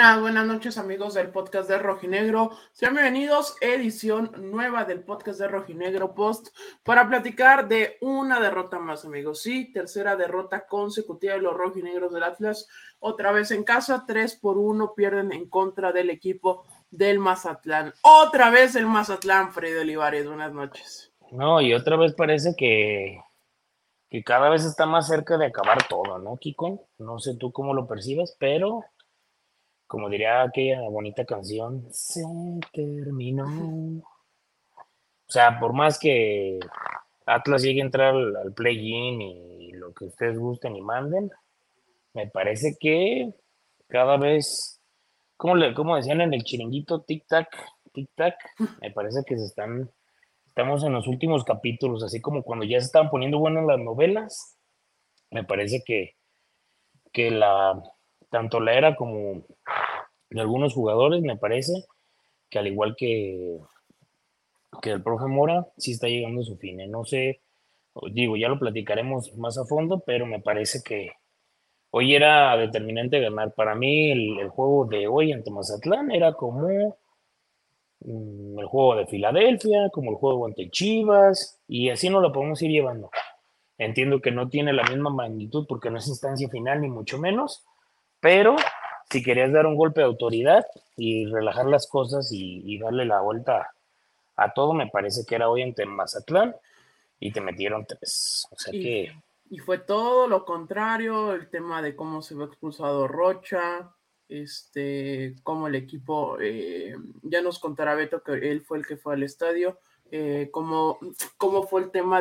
Buenas noches amigos del podcast de Rojinegro. Sean bienvenidos, edición nueva del podcast de Rojinegro Post para platicar de una derrota más, amigos. Sí, tercera derrota consecutiva de los rojinegros del Atlas. Otra vez en casa, 3-1 pierden en contra del equipo del Mazatlán. Otra vez el Mazatlán, Freddy Olivares. Buenas noches. No, y otra vez parece que cada vez está más cerca de acabar todo, ¿no, Kiko? No sé tú cómo lo percibes, pero como diría aquella bonita canción, se terminó. O sea, por más que Atlas llegue a entrar al play-in y lo que ustedes gusten y manden, me parece que cada vez, como decían en el chiringuito, tic-tac, tic-tac, me parece que estamos en los últimos capítulos, así como cuando ya se estaban poniendo buenas las novelas. Me parece que tanto la era como de algunos jugadores, me parece que al igual que el profe Mora, sí está llegando a su fin. No sé, digo, ya lo platicaremos más a fondo, pero me parece que hoy era determinante ganar. Para mí el juego de hoy ante Mazatlán era como el juego de Filadelfia, como el juego ante Chivas, y así nos lo podemos ir llevando. Entiendo que no tiene la misma magnitud porque no es instancia final ni mucho menos, pero si querías dar un golpe de autoridad y relajar las cosas y darle la vuelta a todo, me parece que era hoy ante Mazatlán y te metieron tres. O sea Y, que, y fue todo lo contrario, el tema de cómo se fue expulsado Rocha, cómo el equipo, ya nos contará Beto que él fue el que fue al estadio, cómo fue el tema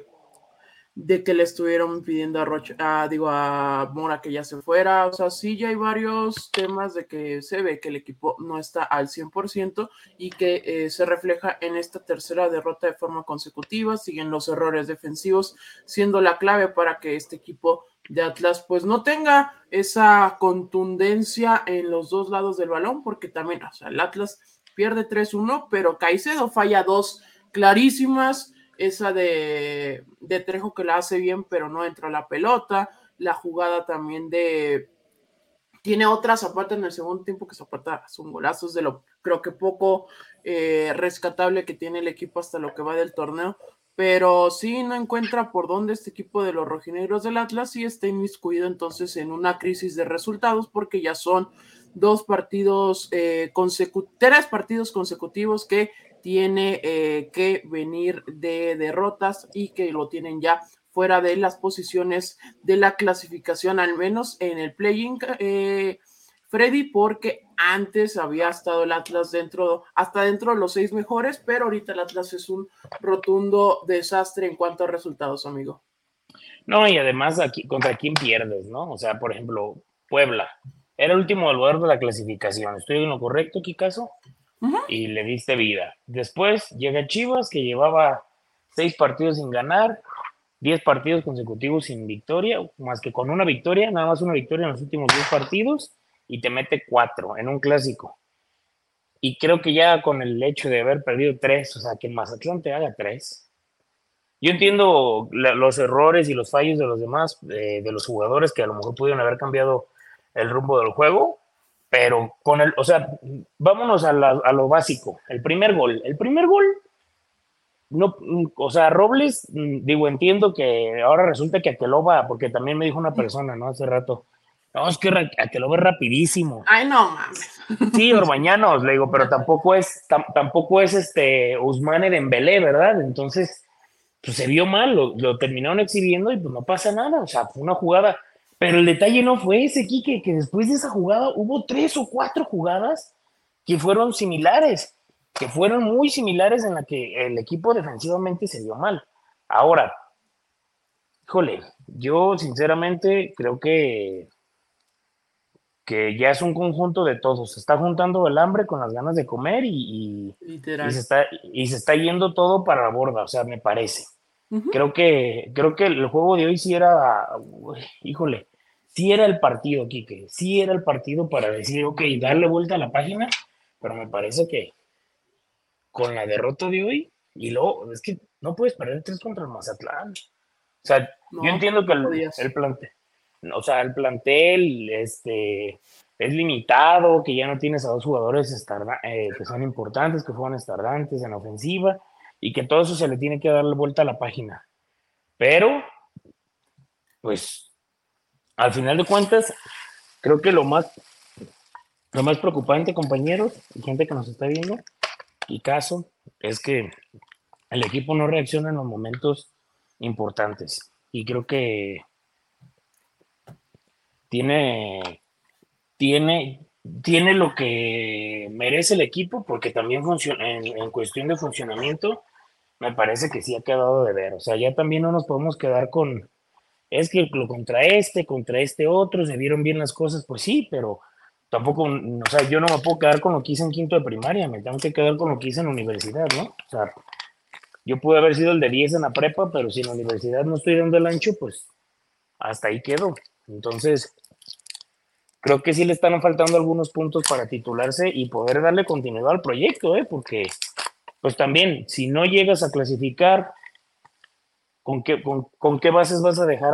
de que le estuvieron pidiendo a Rocha, a Mora que ya se fuera. O sea, sí, ya hay varios temas de que se ve que el equipo no está al 100% y que se refleja en esta tercera derrota de forma consecutiva. Siguen los errores defensivos siendo la clave para que este equipo de Atlas pues no tenga esa contundencia en los dos lados del balón, porque también, o sea, el Atlas pierde 3-1, pero Caicedo falla dos clarísimas, esa de Trejo que la hace bien, pero no entra la pelota, la jugada también tiene otra Zapata en el segundo tiempo, que Zapata son golazos de lo, creo que poco rescatable que tiene el equipo hasta lo que va del torneo, pero sí no encuentra por dónde este equipo de los rojinegros del Atlas y está inmiscuido entonces en una crisis de resultados, porque ya son tres partidos consecutivos que tiene que venir de derrotas y que lo tienen ya fuera de las posiciones de la clasificación, al menos en el play-in, Freddy, porque antes había estado el Atlas hasta dentro de los 6 mejores, pero ahorita el Atlas es un rotundo desastre en cuanto a resultados, amigo. no, y además aquí, ¿contra quién pierdes, no? O sea, por ejemplo, Puebla. Era el último lugar de la clasificación. ¿Estoy en lo correcto, Kikazo? Uh-huh. Y le diste vida. Después llega Chivas, que llevaba 6 partidos sin ganar, 10 partidos consecutivos sin victoria, más que con una victoria, nada más una victoria en los últimos 10 partidos, y te mete 4 en un clásico. Y creo que ya con el hecho de haber perdido 3, o sea, que en Mazatlán te haga 3. Yo entiendo los errores y los fallos de los demás, de los jugadores que a lo mejor pudieron haber cambiado el rumbo del juego, pero o sea, vámonos a lo básico. El primer gol no, o sea, Robles, digo, entiendo que ahora resulta que Aqueloba, porque también me dijo una persona, ¿no? Hace rato, no, es que Aqueloba es rapidísimo. Ay, no mames. Sí, Orbañanos, le digo, pero tampoco es Ousmane Dembélé, ¿verdad? Entonces, pues se vio mal, lo terminaron exhibiendo y pues no pasa nada, o sea, fue una jugada. Pero el detalle no fue ese, Quique, que después de esa jugada hubo 3 o 4 jugadas que fueron similares, que fueron muy similares en la que el equipo defensivamente se vio mal. Ahora, híjole, yo sinceramente creo que ya es un conjunto de todos. Se está juntando el hambre con las ganas de comer y Literal. se está yendo todo para la borda, o sea, me parece. Uh-huh. Creo que el juego de hoy sí era, híjole, sí era el partido, Quique, sí era el partido para decir, ok, darle vuelta a la página, pero me parece que con la derrota de hoy, y luego, es que no puedes perder 3 contra el Mazatlán. O sea, yo No, entiendo que no el podías. plantel, o sea, el plantel, es limitado, que ya no tienes a dos jugadores que son importantes, que juegan estardantes en la ofensiva, y que todo eso se le tiene que dar la vuelta a la página. Pero, pues, al final de cuentas, creo que lo más preocupante, compañeros, y gente que nos está viendo, y caso, es que el equipo no reacciona en los momentos importantes. Y creo que tiene, tiene lo que merece el equipo, porque también en cuestión de funcionamiento, me parece que sí ha quedado de ver. O sea, ya también no nos podemos quedar con, es que lo contra este otro, se vieron bien las cosas, pues sí, pero tampoco, o sea, yo no me puedo quedar con lo que hice en quinto de primaria, me tengo que quedar con lo que hice en la universidad, ¿no? O sea, yo pude haber sido el de 10 en la prepa, pero si en la universidad no estoy dando el ancho, pues hasta ahí quedo. Entonces, creo que sí le están faltando algunos puntos para titularse y poder darle continuidad al proyecto, ¿eh? Porque, pues también, si no llegas a clasificar, con qué bases vas a dejar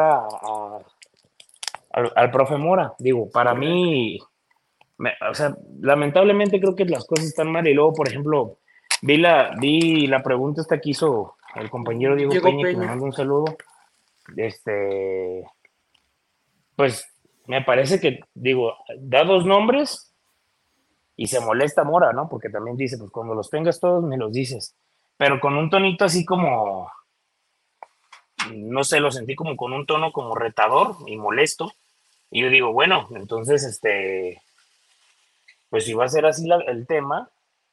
al profe Mora? Digo, para Correcto. mí, o sea, lamentablemente creo que las cosas están mal. Y luego, por ejemplo, vi la pregunta esta que hizo el compañero Diego Diego Peña, que me Peña. manda un saludo. Este, pues me parece que, digo, da dos nombres y se molesta Mora, ¿no? Porque también dice, pues cuando los tengas todos me los dices. Pero con un tonito así como, no sé, lo sentí como con un tono como retador y molesto. Y yo digo, bueno, entonces, pues si va a ser así el tema,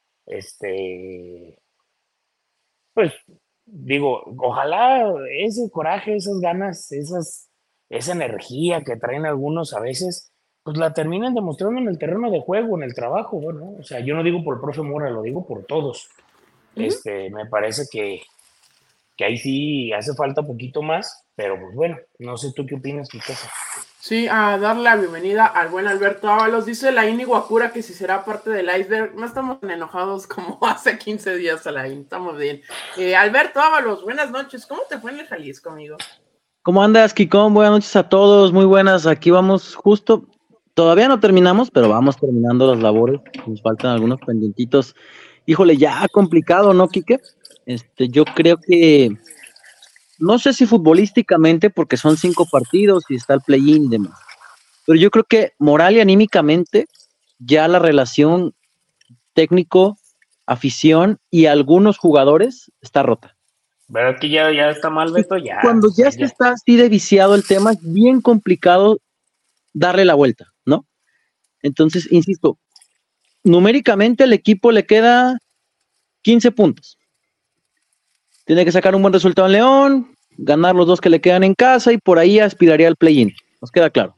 este, pues digo, ojalá ese coraje, esas ganas, esa energía que traen algunos a veces, pues la terminen demostrando en el terreno de juego, en el trabajo, ¿no? O sea, yo no digo por el profe Mora, lo digo por todos. Ujú. Me parece que ahí sí hace falta un poquito más, pero pues bueno, no sé tú qué opinas, mi casa. Sí, a darle la bienvenida al buen Alberto Ábalos. Dice la Wakura que si será parte del iceberg. No estamos tan enojados como hace 15 días, Alain. Estamos bien. Alberto Ábalos, buenas noches. ¿Cómo te fue en el Jalisco, amigo? ¿Cómo andas, Kikón? Buenas noches a todos, muy buenas. Aquí vamos justo, todavía no terminamos, pero vamos terminando las labores. Nos faltan algunos pendientitos. Híjole, ya complicado, ¿no, Kike? Yo creo que, no sé si futbolísticamente, porque son 5 partidos y está el play-in y demás, pero yo creo que moral y anímicamente ya la relación técnico, afición y algunos jugadores está rota. ¿Verdad que ya está mal, Y Beto? Ya, cuando o ya sea, se ya. está así de viciado el tema, es bien complicado darle la vuelta, ¿no? Entonces, insisto, numéricamente el equipo le queda 15 puntos. Tiene que sacar un buen resultado en León, ganar los 2 que le quedan en casa y por ahí aspiraría al play-in. Nos queda claro.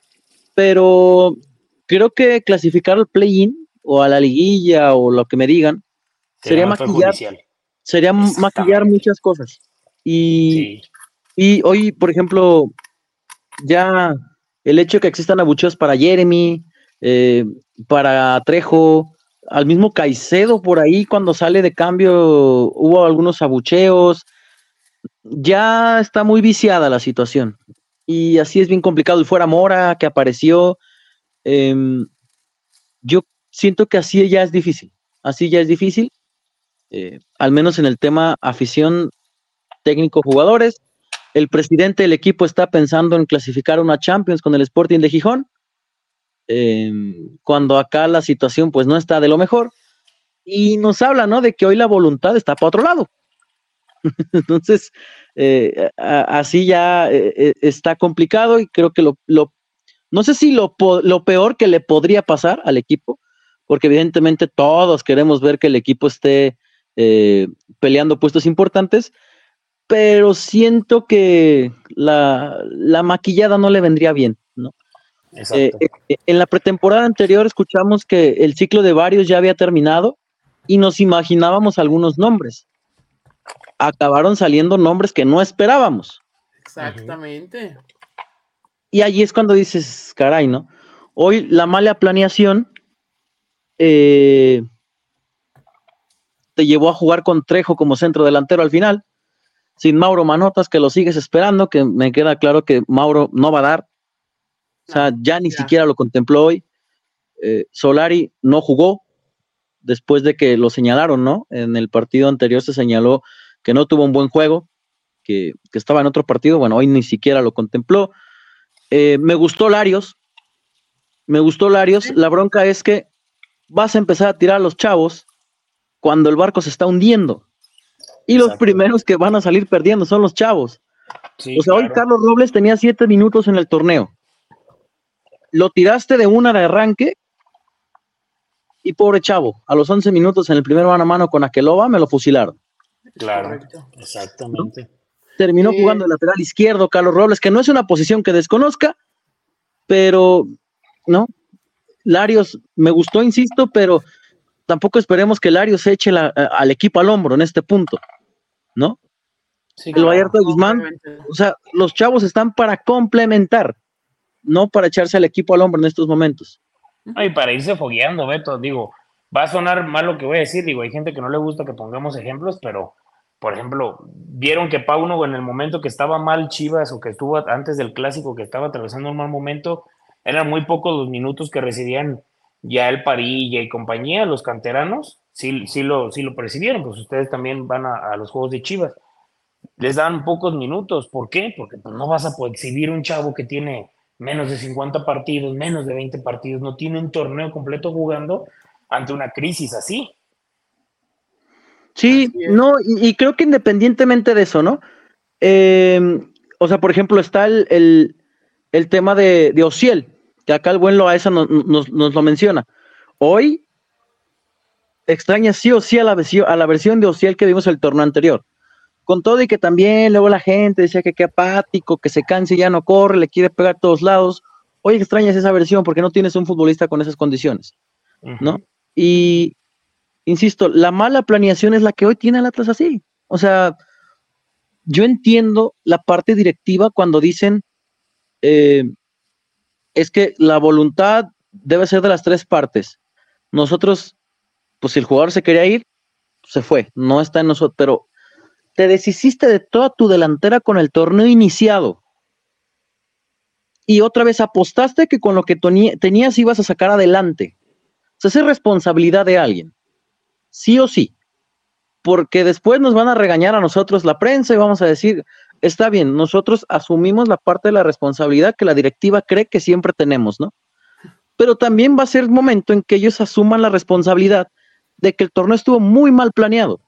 Pero creo que clasificar al play-in o a la liguilla o lo que me digan Sería sería más maquillar, perjudicial. muchas Exactamente. cosas. Y, Sí, y hoy, por ejemplo, ya el hecho de que existan abucheos para Jeremy, eh, para Trejo, al mismo Caicedo por ahí cuando sale de cambio hubo algunos abucheos, ya está muy viciada la situación y así es bien complicado. Y fuera Mora que apareció, eh, yo siento que así ya es difícil, al menos en el tema afición, técnico, jugadores. El presidente del equipo está pensando en clasificar una Champions con el Sporting de Gijón, eh, cuando acá la situación pues no está de lo mejor y nos habla, ¿no? De que hoy la voluntad está para otro lado. Entonces, así ya está complicado y creo que no sé si lo peor que le podría pasar al equipo, porque evidentemente todos queremos ver que el equipo esté eh, peleando puestos importantes, pero siento que la maquillada no le vendría bien, ¿no? exacto. En la pretemporada anterior escuchamos que el ciclo de varios ya había terminado y nos imaginábamos algunos nombres. Acabaron saliendo nombres que no esperábamos. Ujú. Exactamente. Y allí es cuando dices, caray, ¿no? Hoy la mala planeación eh, te llevó a jugar con Trejo como centro delantero al final, sin Mauro Manotas, que lo sigues esperando, que me queda claro que Mauro no va a dar. O sea, No, ya ni ya. siquiera lo contempló hoy. Solari no jugó después de que lo señalaron, ¿no? En el partido anterior se señaló que no tuvo un buen juego, que estaba en otro partido, bueno, hoy ni siquiera lo contempló. Me gustó Larios, Sí. la bronca es que vas a empezar a tirar a los chavos cuando el barco se está hundiendo, y los primeros que van a salir perdiendo son los chavos. Sí, o sea, claro. Hoy Carlos Robles tenía 7 minutos en el torneo, lo tiraste de una de arranque, y pobre chavo, a los 11 minutos en el primer mano a mano con Aqueloba me lo fusilaron. Claro, Correcto. exactamente. ¿No? Terminó jugando de lateral izquierdo Carlos Robles, que no es una posición que desconozca, pero no. Larios me gustó, insisto, pero tampoco esperemos que Larios eche al equipo al hombro en este punto, ¿no? Sí, El Vallarta No, Guzmán, obviamente. o sea, los chavos están para complementar, no para echarse al equipo al hombro en estos momentos. Y para irse fogueando, Beto, digo, va a sonar mal lo que voy a decir, digo, hay gente que no le gusta que pongamos ejemplos, pero, por ejemplo, vieron que Pauno en el momento que estaba mal Chivas o que estuvo antes del clásico, que estaba atravesando un mal momento, eran muy pocos los minutos que recibían ya el Parilla y compañía, los canteranos, sí lo percibieron, pues ustedes también van a los juegos de Chivas, les dan pocos minutos. ¿Por qué? Porque pues, no vas a poder exhibir un chavo que tiene menos de 50 partidos, menos de 20 partidos, no tiene un torneo completo jugando ante una crisis así. Sí, no, y creo que independientemente de eso, ¿no? O sea, por ejemplo, está el tema de Ociel, que acá el buen Loaesa nos lo menciona. Hoy extraña sí o sí a la versión de Ociel que vimos el torneo anterior. Con todo y que también luego la gente decía que qué apático, que se canse y ya no corre, le quiere pegar a todos lados. Hoy extrañas esa versión porque no tienes un futbolista con esas condiciones, ¿no? Y insisto, la mala planeación es la que hoy tiene el Atlas así. O sea, yo entiendo la parte directiva cuando dicen es que la voluntad debe ser de las tres partes. Nosotros, pues si el jugador se quería ir, se fue, no está en nosotros, pero te deshiciste de toda tu delantera con el torneo iniciado. Y otra vez apostaste que con lo que tenías ibas a sacar adelante. O sea, esa es responsabilidad de alguien. Sí o sí. Porque después nos van a regañar a nosotros la prensa y vamos a decir, está bien, nosotros asumimos la parte de la responsabilidad que la directiva cree que siempre tenemos, ¿no? Pero también va a ser momento en que ellos asuman la responsabilidad de que el torneo estuvo muy mal planeado.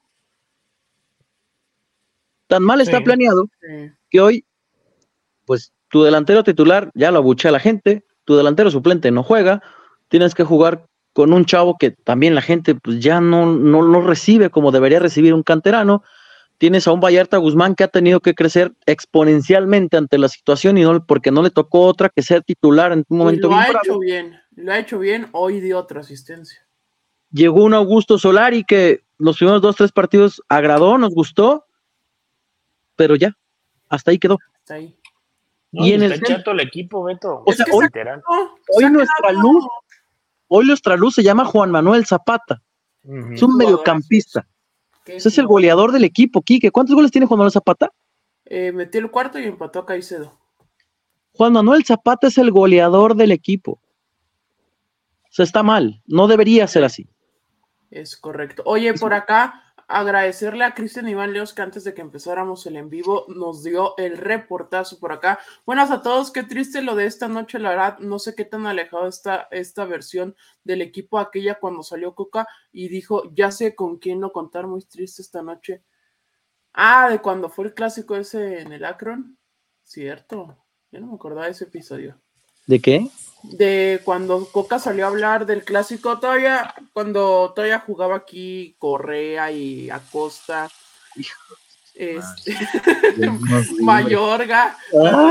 Tan mal está planeado que hoy, pues tu delantero titular ya lo abuchea a la gente, tu delantero suplente no juega, tienes que jugar con un chavo que también la gente pues ya no recibe como debería recibir un canterano. Tienes a un Vallarta Guzmán que ha tenido que crecer exponencialmente ante la situación y no porque no le tocó otra que ser titular en un momento lo bien ha bravo. Lo ha hecho bien, hoy dio otra asistencia. Llegó un Augusto Solari que los primeros 2-3 partidos agradó, nos gustó, pero ya, hasta ahí quedó. Hasta ahí. No, y en está chato el equipo, Beto. O sea, hoy nuestra luz se llama Juan Manuel Zapata. Es un mediocampista. Es el goleador del equipo, Quique. ¿Cuántos goles tiene Juan Manuel Zapata? Metió el cuarto y empató a Caicedo. Juan Manuel Zapata es el goleador del equipo. O sea, está mal. No debería ser así. Es correcto. Oye, por acá, agradecerle a Cristian Iván Leos que antes de que empezáramos el en vivo nos dio el reportazo por acá. Buenas a todos, qué triste lo de esta noche, la verdad, no sé qué tan alejado está esta versión del equipo aquella cuando salió Coca y dijo, ya sé con quién no contar, muy triste esta noche. Ah, de cuando fue el clásico ese en el Akron, cierto, yo no me acordaba de ese episodio. ¿De qué? De cuando Coca salió a hablar del clásico cuando todavía jugaba aquí Correa y Acosta, Mayorga,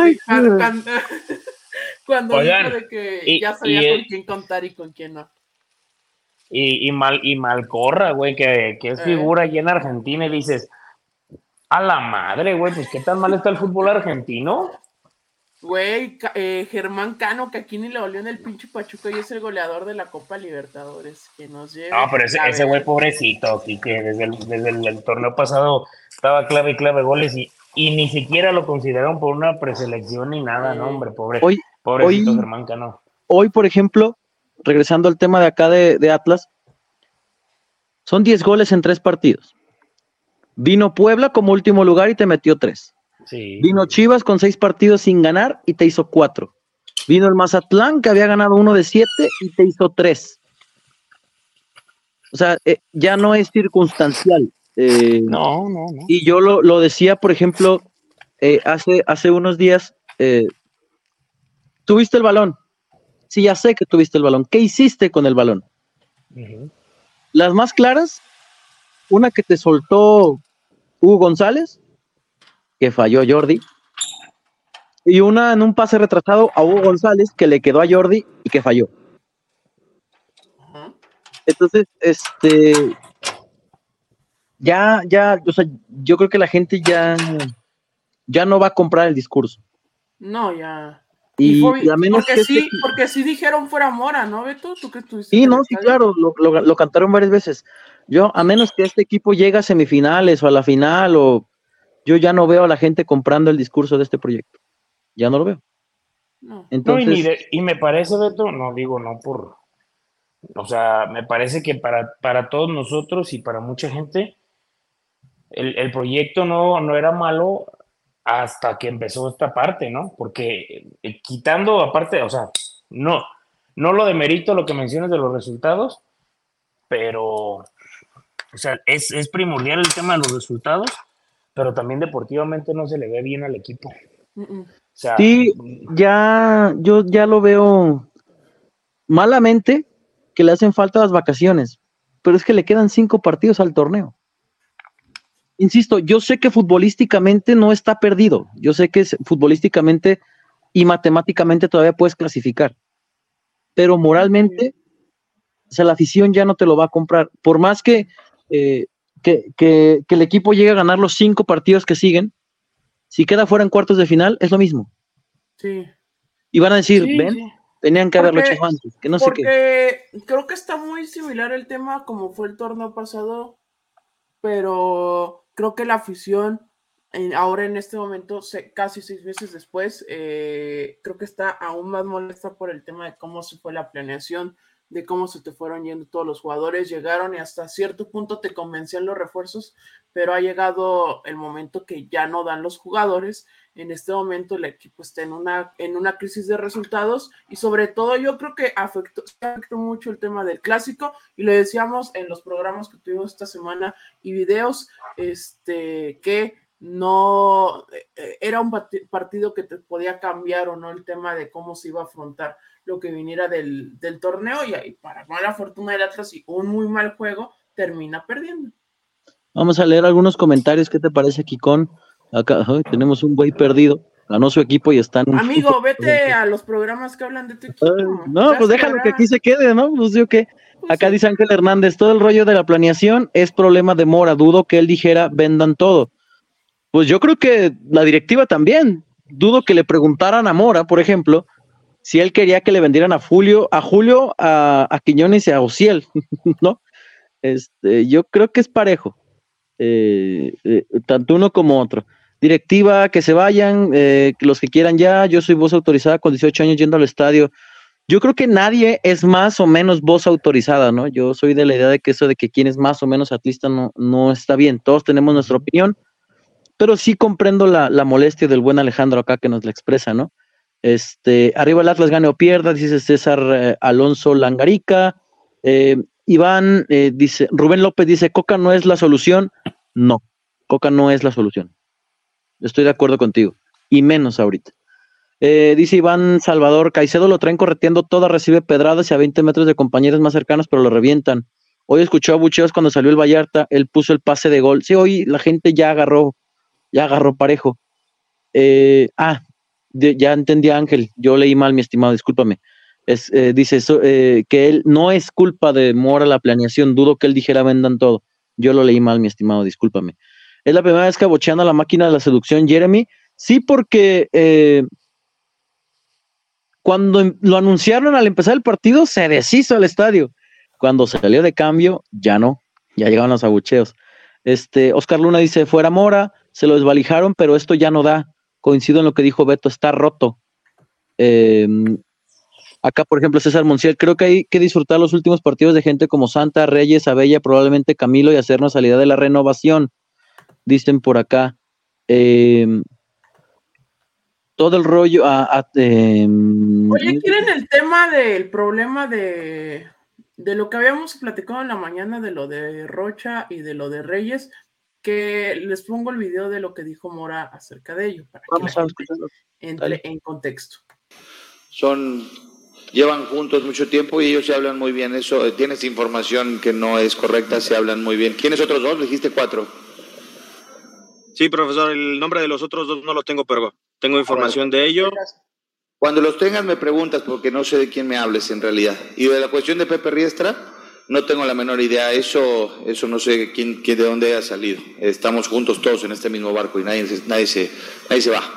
cuando dijo de que ya sabía con quién contar y con quién no. Y Malcorra, güey, que es figura allí en Argentina y dices, a la madre, güey, pues qué tan mal está el fútbol argentino. Güey, Germán Cano, que aquí ni le olió en el pinche Pachuca y es el goleador de la Copa Libertadores, que nos lleve. No, pero ese güey pobrecito, aquí que desde el torneo pasado estaba clave goles y ni siquiera lo consideraron por una preselección ni nada, no, hombre, pobrecito Germán Cano. Hoy, por ejemplo, regresando al tema de acá de Atlas, son 10 goles en 3 partidos. Vino Puebla como último lugar y te metió 3. Sí. Vino Chivas con 6 partidos sin ganar y te hizo 4. Vino el Mazatlán, que había ganado 1 de 7 y te hizo 3. O sea, ya no es circunstancial. No. Y yo lo decía, por ejemplo, hace unos días, tuviste el balón. Sí, ya sé que tuviste el balón. ¿Qué hiciste con el balón? Uh-huh. Las más claras, una que te soltó Hugo González, que falló Jordi, y una en un pase retrasado a Hugo González, que le quedó a Jordi y que falló. Entonces, ya, o sea, yo creo que la gente ya no va a comprar el discurso. No, ya. Y a menos porque sí dijeron fuera Mora, ¿no, Beto? ¿Tú que estuviste? Sí, no, sí, claro, lo cantaron varias veces. Yo, a menos que este equipo llegue a semifinales o a la final, yo ya no veo a la gente comprando el discurso de este proyecto. Ya no lo veo. No. Entonces, No, y me parece, Beto, no digo no por... O sea, me parece que para todos nosotros y para mucha gente, el proyecto no era malo hasta que empezó esta parte, ¿no? Porque quitando aparte, o sea, no lo demerito lo que mencionas de los resultados, pero, o sea, es primordial el tema de los resultados, pero también deportivamente no se le ve bien al equipo. Uh-uh. O sea, sí, yo ya lo veo malamente que le hacen falta las vacaciones, pero es que le quedan 5 partidos al torneo. Insisto, yo sé que futbolísticamente no está perdido, yo sé que futbolísticamente y matemáticamente todavía puedes clasificar, pero moralmente, o sea, la afición ya no te lo va a comprar, por más que el equipo llegue a ganar los 5 partidos que siguen, si queda fuera en cuartos de final, es lo mismo. Sí. Y van a decir, tenían que haberlo hecho antes, que no sé qué. Porque creo que está muy similar el tema como fue el torneo pasado, pero creo que la afición ahora en este momento, casi 6 meses después, creo que está aún más molesta por el tema de cómo se fue la planeación, de cómo se te fueron yendo todos los jugadores, llegaron y hasta cierto punto te convencían los refuerzos, pero ha llegado el momento que ya no dan los jugadores. En este momento el equipo está en una crisis de resultados y sobre todo yo creo que afectó mucho el tema del clásico y lo decíamos en los programas que tuvimos esta semana y videos, que no era un partido que te podía cambiar o no el tema de cómo se iba a afrontar lo que viniera del torneo y ahí para mala fortuna del Atlas y un muy mal juego termina perdiendo. Vamos a leer algunos comentarios. ¿Qué te parece, Kikón? Acá tenemos un güey perdido, ganó su equipo y está en un... Amigo, vete a los programas que hablan de tu equipo. No, pues déjalo que aquí se quede, ¿no? Pues yo qué. Acá dice Ángel Hernández, todo el rollo de la planeación es problema de Mora, dudo que él dijera vendan todo. Pues yo creo que la directiva también, dudo que le preguntaran a Mora, por ejemplo, si él quería que le vendieran a Julio, a Quiñones y a Ociel, ¿no? Yo creo que es parejo, tanto uno como otro. Directiva, que se vayan, los que quieran ya, yo soy voz autorizada con 18 años yendo al estadio. Yo creo que nadie es más o menos voz autorizada, ¿no? Yo soy de la idea de que eso de que quien es más o menos atlista no está bien, todos tenemos nuestra opinión, pero sí comprendo la molestia del buen Alejandro acá que nos la expresa, ¿no? Arriba el Atlas gane o pierda, dice César Alonso Langarica. Iván dice, Rubén López dice, Coca no es la solución. No, Coca no es la solución. Estoy de acuerdo contigo, y menos ahorita. Dice Iván Salvador, Caicedo lo traen correteando toda, recibe pedradas y a 20 metros de compañeros más cercanos, pero lo revientan. Hoy escuchó a Bucheos cuando salió el Vallarta, él puso el pase de gol. Sí, hoy la gente ya agarró parejo. Ya entendí, Ángel, yo leí mal, mi estimado, discúlpame. Dice eso, que él no es culpa de Mora la planeación, dudo que él dijera vendan todo. Yo lo leí mal, mi estimado, discúlpame. Es la primera vez que abocheando a la máquina de la seducción, Jeremy. Sí, porque cuando lo anunciaron al empezar el partido, se deshizo el estadio. Cuando salió de cambio, ya no, ya llegaban los abucheos. Oscar Luna dice, fuera Mora, se lo desvalijaron, pero esto ya no da. Coincido en lo que dijo Beto, está roto. Acá, por ejemplo, César Montiel, creo que hay que disfrutar los últimos partidos de gente como Santa, Reyes, Abella, probablemente Camilo y hacernos a la idea de la renovación, dicen por acá. Todo el rollo. Oye, ¿quieren el tema del problema de lo que habíamos platicado en la mañana, de lo de Rocha y de lo de Reyes? Que les pongo el video de lo que dijo Mora acerca de ello, para que la gente entre en contexto. Llevan juntos mucho tiempo y ellos se hablan muy bien. Eso, tienes información que no es correcta, se hablan muy bien. ¿Quiénes otros dos? Dijiste 4. Sí, profesor, el nombre de los otros 2 no lo tengo, pero tengo información de ellos. Cuando los tengas me preguntas, porque no sé de quién me hables en realidad. Y de la cuestión de Pepe Riestra, no tengo la menor idea. Eso no sé de dónde haya salido. Estamos juntos todos en este mismo barco y nadie se va.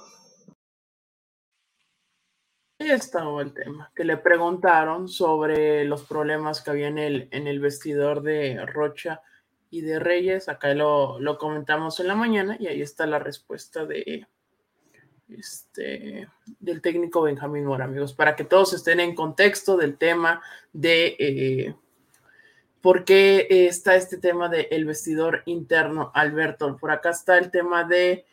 Ahí estaba el tema, que le preguntaron sobre los problemas que había en el vestidor de Rocha y de Reyes. Acá lo comentamos en la mañana y ahí está la respuesta del técnico Benjamín Mora, amigos, para que todos estén en contexto del tema de por qué está este tema del vestidor interno, Alberto. Por acá está el tema de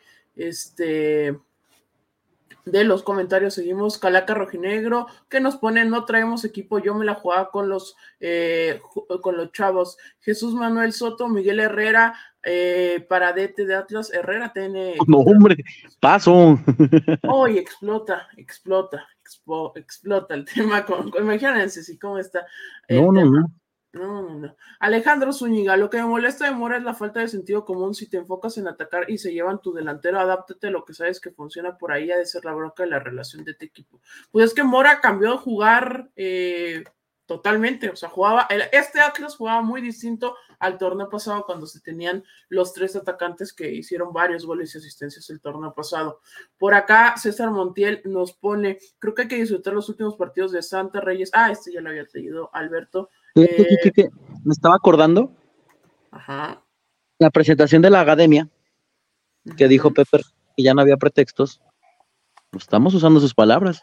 de los comentarios. Seguimos. Calaca Rojinegro, que nos pone: no traemos equipo, yo me la jugaba con los chavos. Jesús Manuel Soto, Miguel Herrera, Paradete de Atlas. Herrera tiene... No, hombre, paso. Hoy explota el tema imagínense si cómo está el tema. No. Alejandro Zúñiga, lo que me molesta de Mora es la falta de sentido común. Si te enfocas en atacar y se llevan tu delantero, adáptate a lo que sabes que funciona. Por ahí ha de ser la bronca de la relación de tu equipo. Pues es que Mora cambió de jugar totalmente, o sea, Atlas jugaba muy distinto al torneo pasado, cuando se tenían los 3 atacantes que hicieron varios goles y asistencias el torneo pasado. Por acá César Montiel nos pone: creo que hay que disfrutar los últimos partidos de Santa, Reyes. Ya lo había leído Alberto. Me estaba acordando. Ajá. La presentación de la academia, que dijo Pepper que ya no había pretextos. Pues estamos usando sus palabras,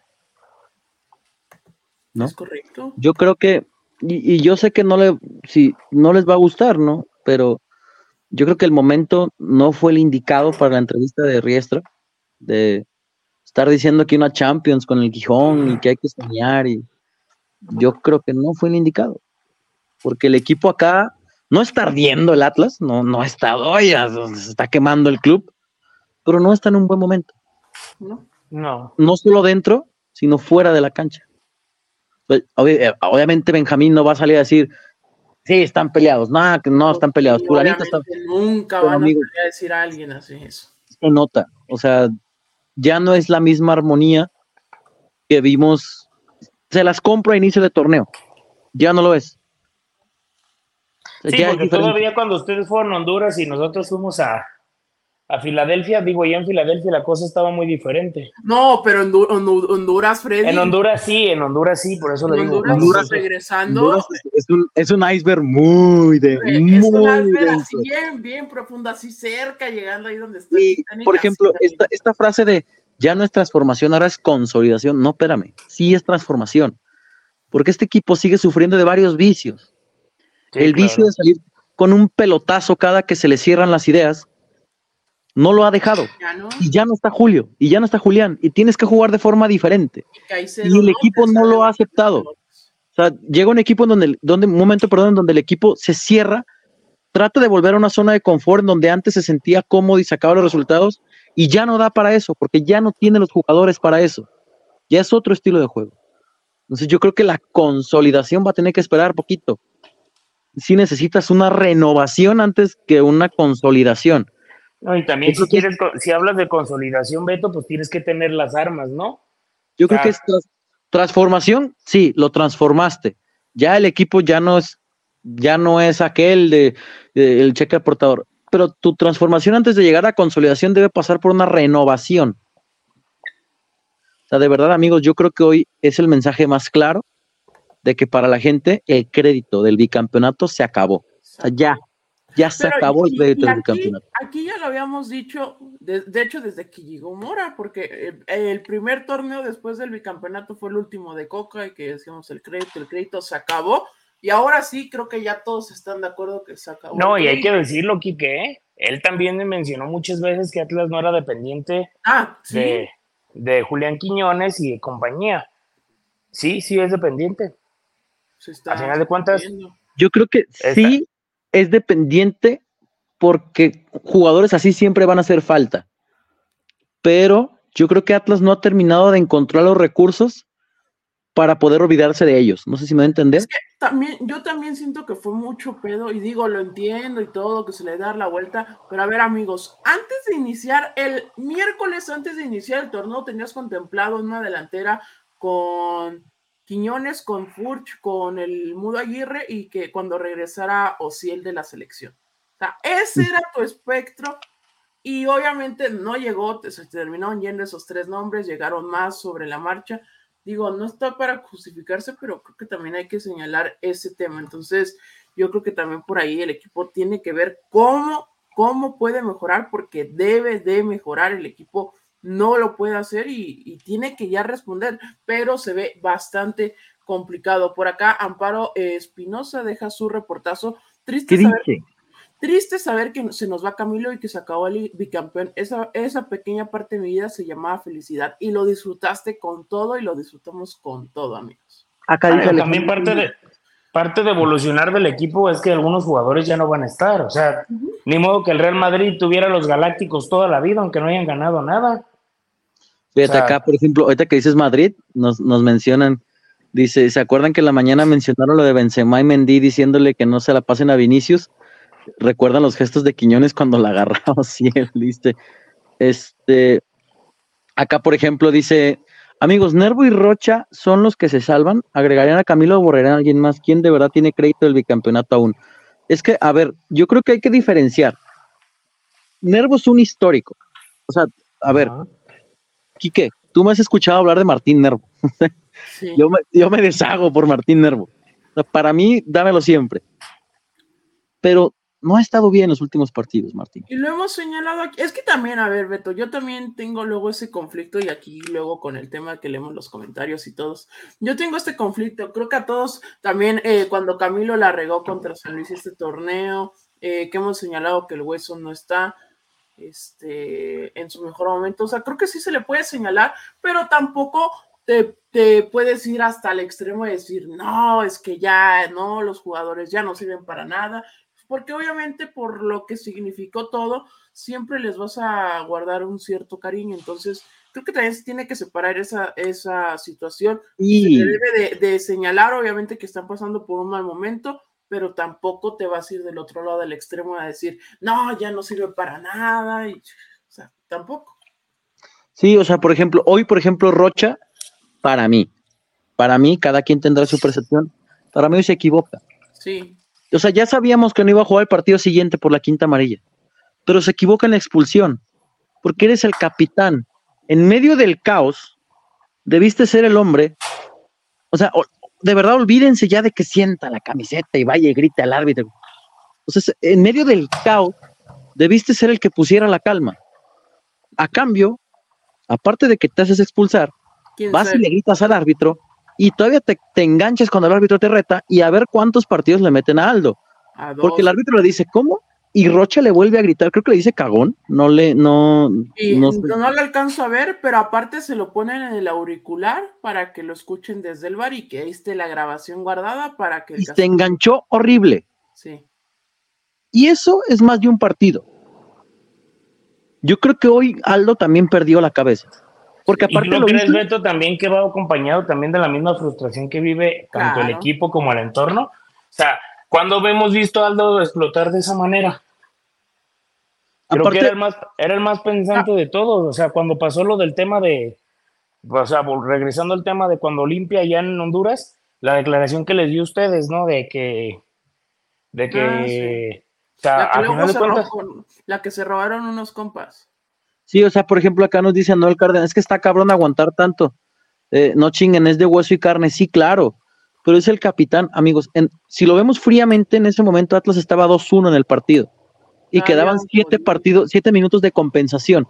¿no? Es correcto. Yo creo que, y yo sé que no les va a gustar, ¿no? Pero yo creo que el momento no fue el indicado para la entrevista de Riestra, de estar diciendo que una Champions con el Gijón y que hay que soñar, y yo creo que no fue el indicado. Porque el equipo acá no está ardiendo, el Atlas, no está, se está quemando el club, pero no está en un buen momento. No solo dentro, sino fuera de la cancha. Obviamente Benjamín no va a salir a decir: sí, están peleados. No están peleados. Nunca van a decir a alguien así eso. Se nota, o sea, ya no es la misma armonía que vimos. Se las compro a inicio de torneo, ya no lo es. Sí, porque todavía cuando ustedes fueron a Honduras y nosotros fuimos a Filadelfia, ya en Filadelfia la cosa estaba muy diferente. No, pero en Honduras, Freddy. En Honduras sí, por eso lo digo. Honduras regresando. Honduras es un iceberg muy así bien profundo, así cerca, llegando ahí donde está. Sí, por ejemplo, esta frase de ya no es transformación, ahora es consolidación. No, espérame, sí es transformación. Porque este equipo sigue sufriendo de varios vicios. Sí, el vicio de salir con un pelotazo cada que se le cierran las ideas, no lo ha dejado. Y ya no está Julio, y ya no está Julián, y tienes que jugar de forma diferente. Y el equipo no lo ha aceptado. O sea, llega un equipo en donde el equipo se cierra, trata de volver a una zona de confort en donde antes se sentía cómodo y sacaba los resultados, y ya no da para eso, porque ya no tiene los jugadores para eso. Ya es otro estilo de juego. Entonces yo creo que la consolidación va a tener que esperar poquito. Sí necesitas una renovación antes que una consolidación. No, y también si hablas de consolidación, Beto, pues tienes que tener las armas, ¿no? Yo creo que es transformación, sí, lo transformaste. Ya el equipo ya no es aquel de el cheque al portador. Pero tu transformación antes de llegar a consolidación debe pasar por una renovación. O sea, de verdad, amigos, yo creo que hoy es el mensaje más claro de que para la gente el crédito del bicampeonato se acabó. O sea, ya. Ya se acabó el crédito del campeonato. Aquí ya lo habíamos dicho, de hecho desde que llegó Mora, porque el primer torneo después del bicampeonato fue el último de Coca y que decíamos el crédito se acabó, y ahora sí creo que ya todos están de acuerdo que se acabó. No, y hay que decirlo, Quique, él también me mencionó muchas veces que Atlas no era dependiente ¿sí? de Julián Quiñones y de compañía. Sí es dependiente. A final de cuentas, yo creo que sí es dependiente porque jugadores así siempre van a hacer falta. Pero yo creo que Atlas no ha terminado de encontrar los recursos para poder olvidarse de ellos. No sé si me va a entender. Es que yo también siento que fue mucho pedo, y digo, lo entiendo y todo, que se le da la vuelta, pero a ver, amigos, antes de iniciar, el miércoles antes de iniciar el torneo, tenías contemplado una delantera con Quiñones, con Furch, con el Mudo Aguirre, y que cuando regresara Ociel de la selección. O sea, ese era tu espectro, y obviamente no llegó, se terminaron yendo esos 3 nombres, llegaron más sobre la marcha. Digo, no está para justificarse, pero creo que también hay que señalar ese tema. Entonces, yo creo que también por ahí el equipo tiene que ver cómo puede mejorar, porque debe de mejorar. El equipo no lo puede hacer y tiene que ya responder, pero se ve bastante complicado. Por acá, Amparo Espinosa deja su reportazo. Triste saber que se nos va Camilo y que se acabó el bicampeón. Esa pequeña parte de mi vida se llamaba felicidad y lo disfrutaste con todo y lo disfrutamos con todo, amigos. Acá también parte de evolucionar del equipo es que algunos jugadores ya no van a estar. O sea, ni modo que el Real Madrid tuviera los Galácticos toda la vida, aunque no hayan ganado nada. Fíjate, acá, por ejemplo, ahorita que dices Madrid, nos mencionan, dice, ¿se acuerdan que en la mañana mencionaron lo de Benzema y Mendy diciéndole que no se la pasen a Vinicius? ¿Recuerdan los gestos de Quiñones cuando la agarraba? Sí, ¿viste? Acá, por ejemplo, dice, amigos, Nervo y Rocha son los que se salvan, agregarían a Camilo o borrarían a alguien más. ¿Quién de verdad tiene crédito del bicampeonato aún? Es que, a ver, yo creo que hay que diferenciar. Nervo es un histórico. O sea, a ver, Quique, tú me has escuchado hablar de Martín Nervo. Sí. Yo me deshago por Martín Nervo. O sea, para mí, dámelo siempre. Pero no ha estado bien en los últimos partidos, Martín. Y lo hemos señalado aquí. Es que también, a ver, Beto, yo también tengo luego ese conflicto, y aquí luego con el tema que leemos los comentarios y todos, yo tengo este conflicto. Creo que a todos también, cuando Camilo la regó contra San Luis este torneo, que hemos señalado que el Hueso no está en su mejor momento. O sea, creo que sí se le puede señalar, pero tampoco te puedes ir hasta el extremo de decir, no, es que ya no, los jugadores ya no sirven para nada, porque obviamente por lo que significó todo, siempre les vas a guardar un cierto cariño. Entonces, creo que también se tiene que separar esa situación. Se debe de señalar, obviamente, que están pasando por un mal momento, pero tampoco te vas a ir del otro lado del extremo a decir, no, ya no sirve para nada, o sea, tampoco. Sí, o sea, por ejemplo, hoy, Rocha, para mí, cada quien tendrá su percepción, para mí hoy se equivoca. Sí. O sea, ya sabíamos que no iba a jugar el partido siguiente por la quinta amarilla, pero se equivoca en la expulsión, porque eres el capitán. En medio del caos, debiste ser el hombre. O sea, de verdad, olvídense ya de que sienta la camiseta y vaya y grite al árbitro. O sea, en medio del caos, debiste ser el que pusiera la calma. A cambio, aparte de que te haces expulsar, vas y le gritas al árbitro y todavía te enganchas cuando el árbitro te reta y a ver cuántos partidos le meten a Aldo. Porque el árbitro le dice, ¿cómo? Y Rocha le vuelve a gritar, creo que le dice cagón, no le alcanzo a ver, pero aparte se lo ponen en el auricular para que lo escuchen desde el bar y que ahí esté la grabación guardada para que... Y se enganchó horrible. Sí. Y eso es más de un partido. Yo creo que hoy Aldo también perdió la cabeza. Porque aparte ¿Y no crees, Beto, también que va acompañado también de la misma frustración que vive tanto el equipo como el entorno? O sea, ¿cuándo hemos visto a Aldo explotar de esa manera? Creo que era el más pensante de todos. O sea, cuando pasó lo del tema de, o sea, regresando al tema de cuando Olimpia allá en Honduras, la declaración que les dio a ustedes, ¿no? De que sí. O sea, al final de cuentas, la que se robaron unos compas. Sí, o sea, por ejemplo, acá nos dice Anuel Cárdenas, es que está cabrón aguantar tanto. No chinguen, es de hueso y carne. Sí, claro, pero es el capitán, amigos. Si lo vemos fríamente, en ese momento Atlas estaba 2-1 en el partido y quedaban 7 minutos de compensación.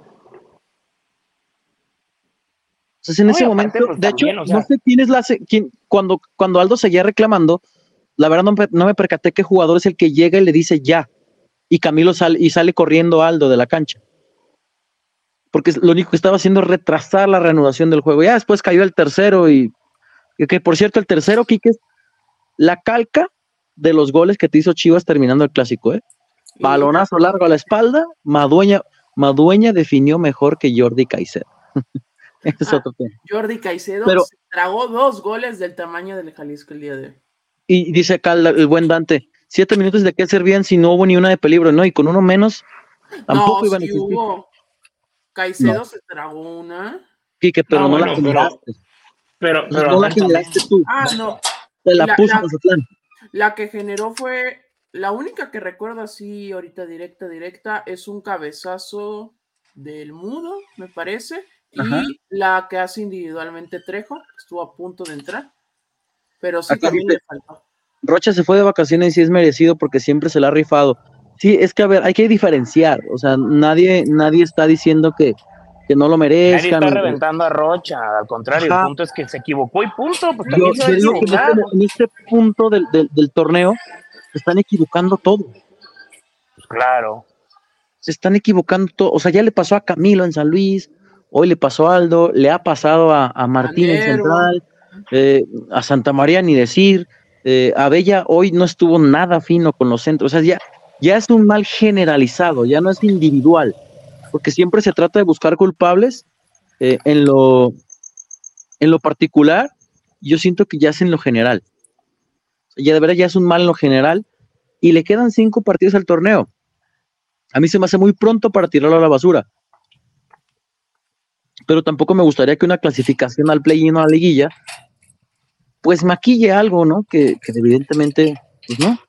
Entonces, en ese momento, pues, de también, hecho, no sé quién es cuando Aldo seguía reclamando, la verdad no me percaté qué jugador es el que llega y le dice ya, y Camilo sale corriendo Aldo de la cancha, porque lo único que estaba haciendo es retrasar la reanudación del juego. Ya después cayó el tercero, y que por cierto, el tercero, Quique, es la calca de los goles que te hizo Chivas terminando el clásico, balonazo largo a la espalda, Madueña definió mejor que Jordi Caicedo. Es otro tema. Jordi Caicedo se tragó 2 goles del tamaño del Jalisco el día de hoy. Y dice acá el buen Dante, 7 minutos de qué servían si no hubo ni una de peligro, ¿no? Y con uno menos, tampoco iban a existir. Hubo. Caicedo se tragó una. Quique, pero no la generaste. Pero no la generaste tú. No. Te la puso Mazatlán. La que generó fue, la única que recuerdo así ahorita directa, es un cabezazo del Mudo, me parece. Ajá. Y la que hace individualmente Trejo, estuvo a punto de entrar, pero sí también le faltó. Rocha se fue de vacaciones y es merecido porque siempre se la ha rifado. Sí, es que a ver, hay que diferenciar, o sea, nadie está diciendo que no lo merezcan. Nadie está reventando a Rocha, al contrario, el punto es que se equivocó y punto. Pues yo digo que en este punto del torneo se están equivocando todo. Pues claro. Se están equivocando todo, o sea, ya le pasó a Camilo en San Luis, hoy le pasó a Aldo, le ha pasado a Martín en Central, a Santa María ni decir, a Bella hoy no estuvo nada fino con los centros, o sea, ya es un mal generalizado, ya no es individual, porque siempre se trata de buscar culpables en lo particular, yo siento que ya es en lo general, ya de verdad ya es un mal en lo general, y le quedan 5 partidos al torneo. A mí se me hace muy pronto para tirarlo a la basura. Pero tampoco me gustaría que una clasificación al play-in o a la liguilla pues maquille algo, ¿no? Que evidentemente, pues no.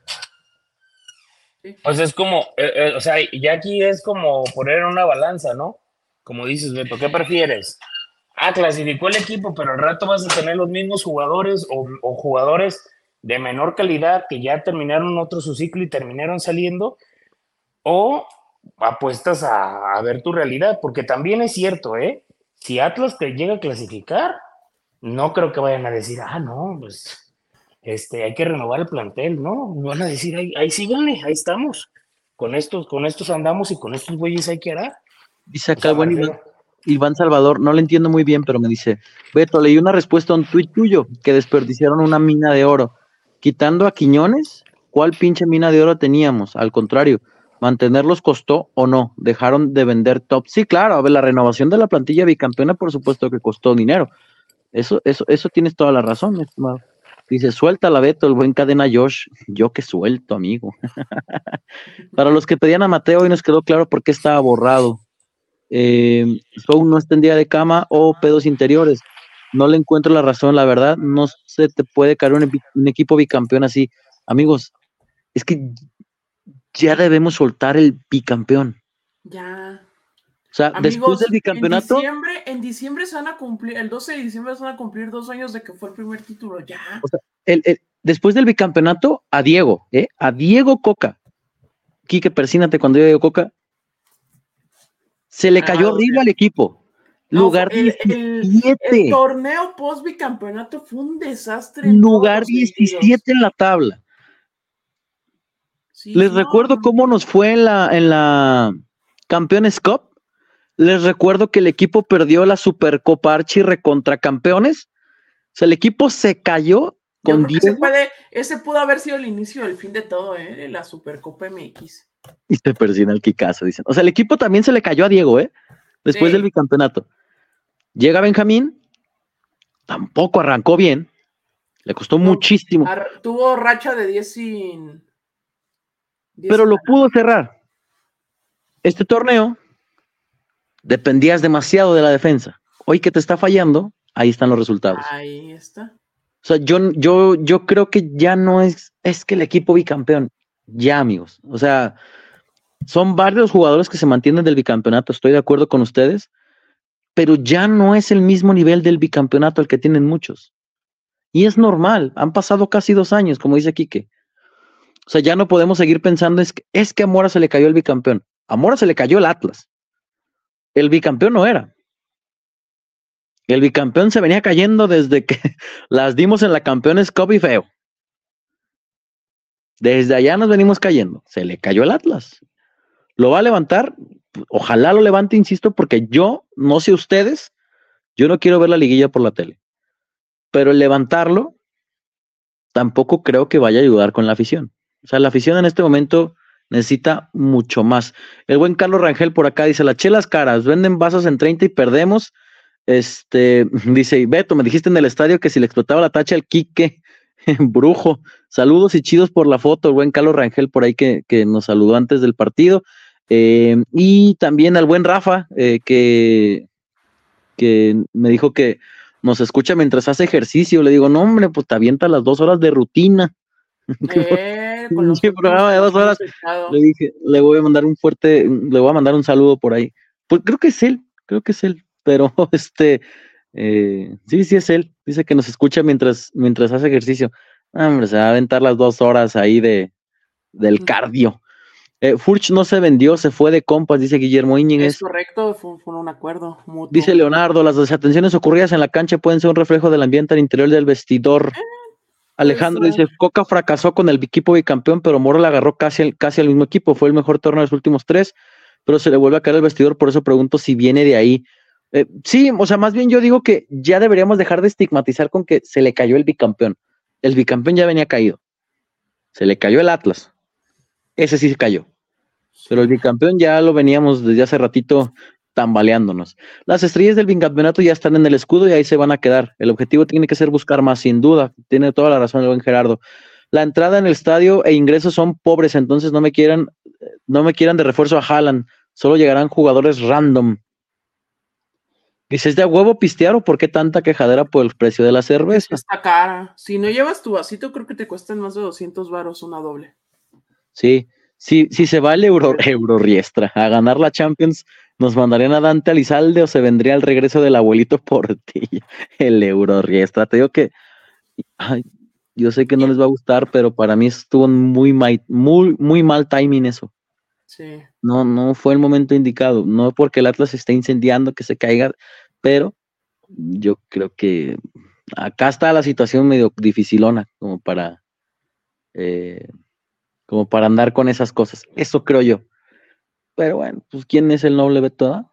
Pues es como, o sea, ya aquí es como poner en una balanza, ¿no? Como dices, Beto, ¿qué prefieres? Clasificó el equipo, pero al rato vas a tener los mismos jugadores o jugadores de menor calidad que ya terminaron otro su ciclo y terminaron saliendo, o apuestas a ver tu realidad, porque también es cierto, si Atlas te llega a clasificar, no creo que vayan a decir, no, pues hay que renovar el plantel, ¿no? Van a decir, ahí síganle, ahí estamos, con estos andamos y con estos güeyes hay que arar. Dice acá, bueno, Iván Salvador, no le entiendo muy bien, pero me dice, Beto, leí una respuesta a un tuit tuyo, que desperdiciaron una mina de oro, quitando a Quiñones, ¿cuál pinche mina de oro teníamos? Al contrario, ¿mantenerlos costó o no? ¿Dejaron de vender top? Sí, claro, a ver, la renovación de la plantilla bicampeona, por supuesto que costó dinero. Eso tienes toda la razón, estimado. Dice, suéltala, Beto, el buen cadena Josh. Yo que suelto, amigo. Para los que pedían a Mateo, hoy nos quedó claro por qué estaba borrado. Sou no está en día de cama o pedos interiores. No le encuentro la razón, la verdad. No se te puede caer un equipo bicampeón así. Amigos, es que ya debemos soltar el bicampeón. Ya. O sea, amigos, después del bicampeonato. En diciembre se van a cumplir, el 12 de diciembre se van a cumplir 2 años de que fue el primer título, ya. O sea, después del bicampeonato, a Diego Coca. Quique, persínate cuando yo digo Coca. Se le cayó arriba al equipo. Lugar 17. El torneo post bicampeonato fue un desastre. Lugar 17 en la tabla. Sí, Les recuerdo cómo nos fue en la Campeones Cup. Les recuerdo que el equipo perdió la Supercopa Archi recontra campeones. O sea, el equipo se cayó con 10. Ese pudo haber sido el inicio del fin de todo, la Supercopa MX. Y se persina el Kikazo, dicen. O sea, el equipo también se le cayó a Diego, después del bicampeonato. Llega Benjamín, tampoco arrancó bien, le costó muchísimo. Tuvo racha de 10 sin... Pero lo pudo cerrar. Este torneo dependías demasiado de la defensa. Hoy que te está fallando, ahí están los resultados. Ahí está. O sea, yo creo que ya no es que el equipo bicampeón. Ya, amigos. O sea, son varios jugadores que se mantienen del bicampeonato. Estoy de acuerdo con ustedes. Pero ya no es el mismo nivel del bicampeonato el que tienen muchos. Y es normal, han pasado casi 2 años, como dice Quique. O sea, ya no podemos seguir pensando, es que a Mora se le cayó el bicampeón. A Mora se le cayó el Atlas. El bicampeón no era. El bicampeón se venía cayendo desde que las dimos en la Campeones Cup y feo. Desde allá nos venimos cayendo. Se le cayó el Atlas. ¿Lo va a levantar? Ojalá lo levante, insisto, porque yo, no sé ustedes, yo no quiero ver la liguilla por la tele. Pero el levantarlo, tampoco creo que vaya a ayudar con la afición. O sea, la afición en este momento necesita mucho más. El buen Carlos Rangel por acá dice, las chelas caras, venden vasos en 30 y perdemos. Dice, Beto, me dijiste en el estadio que si le explotaba la tacha al Quique, brujo. Saludos y chidos por la foto, el buen Carlos Rangel por ahí que nos saludó antes del partido. Y también al buen Rafa, que me dijo que nos escucha mientras hace ejercicio. Le digo, no, hombre, pues te avienta las 2 horas de rutina. Con los programa de 2 horas. Le dije, le voy a mandar un saludo por ahí. Pues creo que es él, pero sí es él. Dice que nos escucha mientras hace ejercicio. Hombre, se va a aventar las 2 horas ahí del cardio. Furch no se vendió, se fue de compas, dice Guillermo Íñiguez. Es correcto, fue un acuerdo mutuo. Dice Leonardo, las desatenciones ocurridas en la cancha pueden ser un reflejo del ambiente al interior del vestidor. Alejandro dice, Coca fracasó con el equipo bicampeón, pero Mora le agarró casi al mismo equipo, fue el mejor torneo de los últimos 3, pero se le vuelve a caer el vestidor, por eso pregunto si viene de ahí. Sí, o sea, más bien yo digo que ya deberíamos dejar de estigmatizar con que se le cayó el bicampeón. El bicampeón ya venía caído. Se le cayó el Atlas. Ese sí se cayó. Pero el bicampeón ya lo veníamos desde hace ratito tambaleándonos. Las estrellas del bicampeonato ya están en el escudo y ahí se van a quedar. El objetivo tiene que ser buscar más, sin duda. Tiene toda la razón el buen Gerardo. La entrada en el estadio e ingresos son pobres, entonces no me quieran de refuerzo a Haaland. Solo llegarán jugadores random. Dices, ¿de a huevo pistear o por qué tanta quejadera por el precio de la cerveza? Está cara. Si no llevas tu vasito, creo que te cuestan más de 200 varos una doble. Sí, si se va el Euroriestra a ganar la Champions, ¿nos mandarían a Dante Elizalde o se vendría el regreso del abuelito Portilla? El Euroriestra, te digo que yo sé que no les va a gustar, pero para mí estuvo muy mal timing eso. Sí. No fue el momento indicado, no porque el Atlas esté incendiando que se caiga, pero yo creo que acá está la situación medio dificilona como para andar con esas cosas. Eso creo yo. Pero bueno, pues ¿quién es el noble Beto?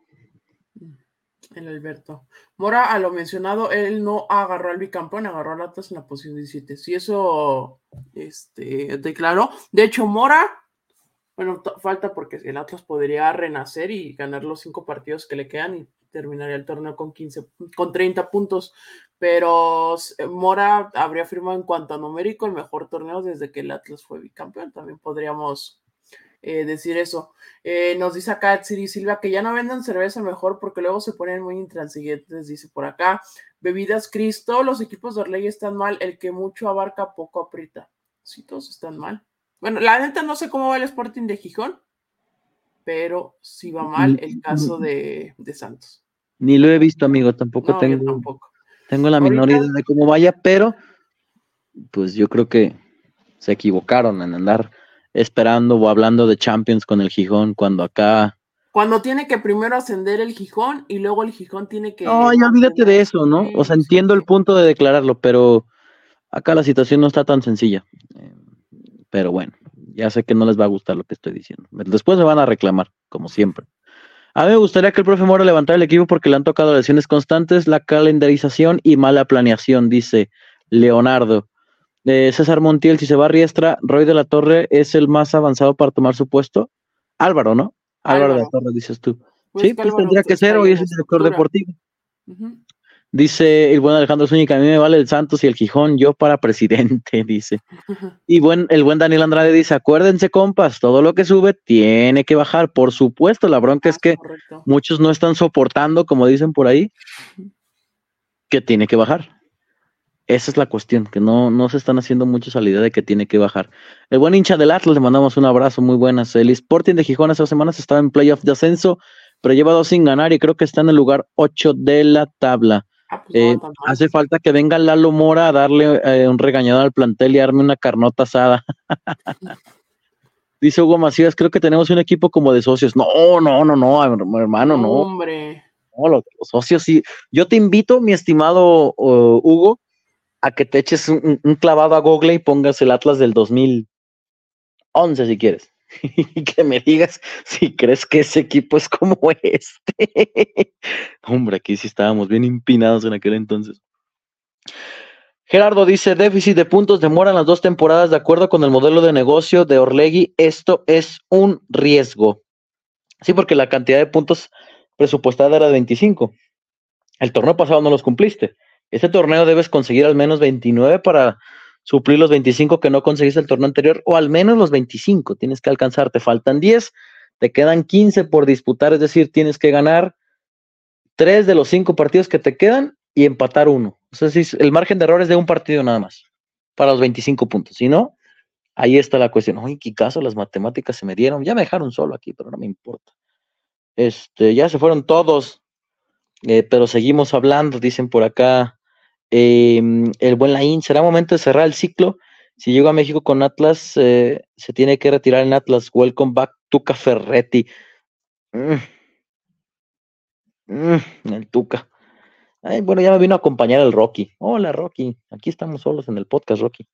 El Alberto. Mora, a lo mencionado, él no agarró al bicampeón, agarró al Atlas en la posición 17. Sí, eso declaró. De hecho, Mora, bueno, falta porque el Atlas podría renacer y ganar los 5 partidos que le quedan y terminaría el torneo con 30 puntos. Pero Mora habría firmado en cuanto a numérico el mejor torneo desde que el Atlas fue bicampeón. También podríamos decir eso. Nos dice acá Siri Silva que ya no vendan cerveza mejor porque luego se ponen muy intransigentes, dice por acá. Bebidas Cris, todos los equipos de Orlegui están mal, el que mucho abarca poco aprieta. Sí, todos están mal. Bueno, la neta no sé cómo va el Sporting de Gijón, pero sí va mal el caso de Santos. Ni lo he visto, amigo, tampoco tengo la menor idea de cómo vaya, pero pues yo creo que se equivocaron en andar esperando o hablando de Champions con el Gijón cuando tiene que primero ascender el Gijón y luego el Gijón tiene que... No, ya olvídate de eso, ¿no? O sea, entiendo el punto de declararlo, pero acá la situación no está tan sencilla. Pero bueno, ya sé que no les va a gustar lo que estoy diciendo. Después me van a reclamar, como siempre. A mí me gustaría que el profe Mora levantara el equipo porque le han tocado lesiones constantes, la calendarización y mala planeación, dice Leonardo. César Montiel, si se va a Riestra, Roy de la Torre es el más avanzado para tomar su puesto. Álvaro, ¿no? Álvaro de la Torre, dices tú. Pues sí, pues tendría que ser, hoy es el director deportivo. Uh-huh. Dice el buen Alejandro Zúñiga, a mí me vale el Santos y el Gijón, yo para presidente, dice. Uh-huh. Y el buen Daniel Andrade dice, acuérdense, compas, todo lo que sube tiene que bajar. Por supuesto, la bronca es que muchos no están soportando, como dicen por ahí, que tiene que bajar. Esa es la cuestión, que no se están haciendo muchos a la idea de que tiene que bajar. El buen hincha del Atlas, le mandamos un abrazo, muy buenas. El Sporting de Gijón hace 2 semanas estaba en playoff de ascenso, pero lleva 2 sin ganar y creo que está en el lugar 8 de la tabla. Pues no va tan mal. Hace falta que venga Lalo Mora a darle un regañado al plantel y arme una carnota asada. Dice Hugo Macías, creo que tenemos un equipo como de socios. No, hermano, No, no. hombre. No, los socios sí. Yo te invito, mi estimado Hugo, a que te eches un clavado a Google y pongas el Atlas del 2011 si quieres. Y que me digas si crees que ese equipo es como este. Hombre, aquí sí estábamos bien empinados en aquel entonces. Gerardo dice, déficit de puntos demoran las 2 temporadas de acuerdo con el modelo de negocio de Orlegui. Esto es un riesgo. Sí, porque la cantidad de puntos presupuestada era de 25. El torneo pasado no los cumpliste. Este torneo debes conseguir al menos 29 para suplir los 25 que no conseguiste el torneo anterior, o al menos los 25 tienes que alcanzar. Te faltan 10, te quedan 15 por disputar, es decir, tienes que ganar 3 de los 5 partidos que te quedan y empatar uno. O sea, el margen de error es de un partido nada más para los 25 puntos. Si no, ahí está la cuestión. Oye, qué caso, las matemáticas se me dieron. Ya me dejaron solo aquí, pero no me importa. Ya se fueron todos, pero seguimos hablando, dicen por acá. El buen Laín, ¿será momento de cerrar el ciclo? Si llego a México con Atlas, se tiene que retirar en Atlas. Welcome back, Tuca Ferretti. El Tuca. Ay, bueno, ya me vino a acompañar el Rocky. Hola, Rocky. Aquí estamos solos en el podcast, Rocky.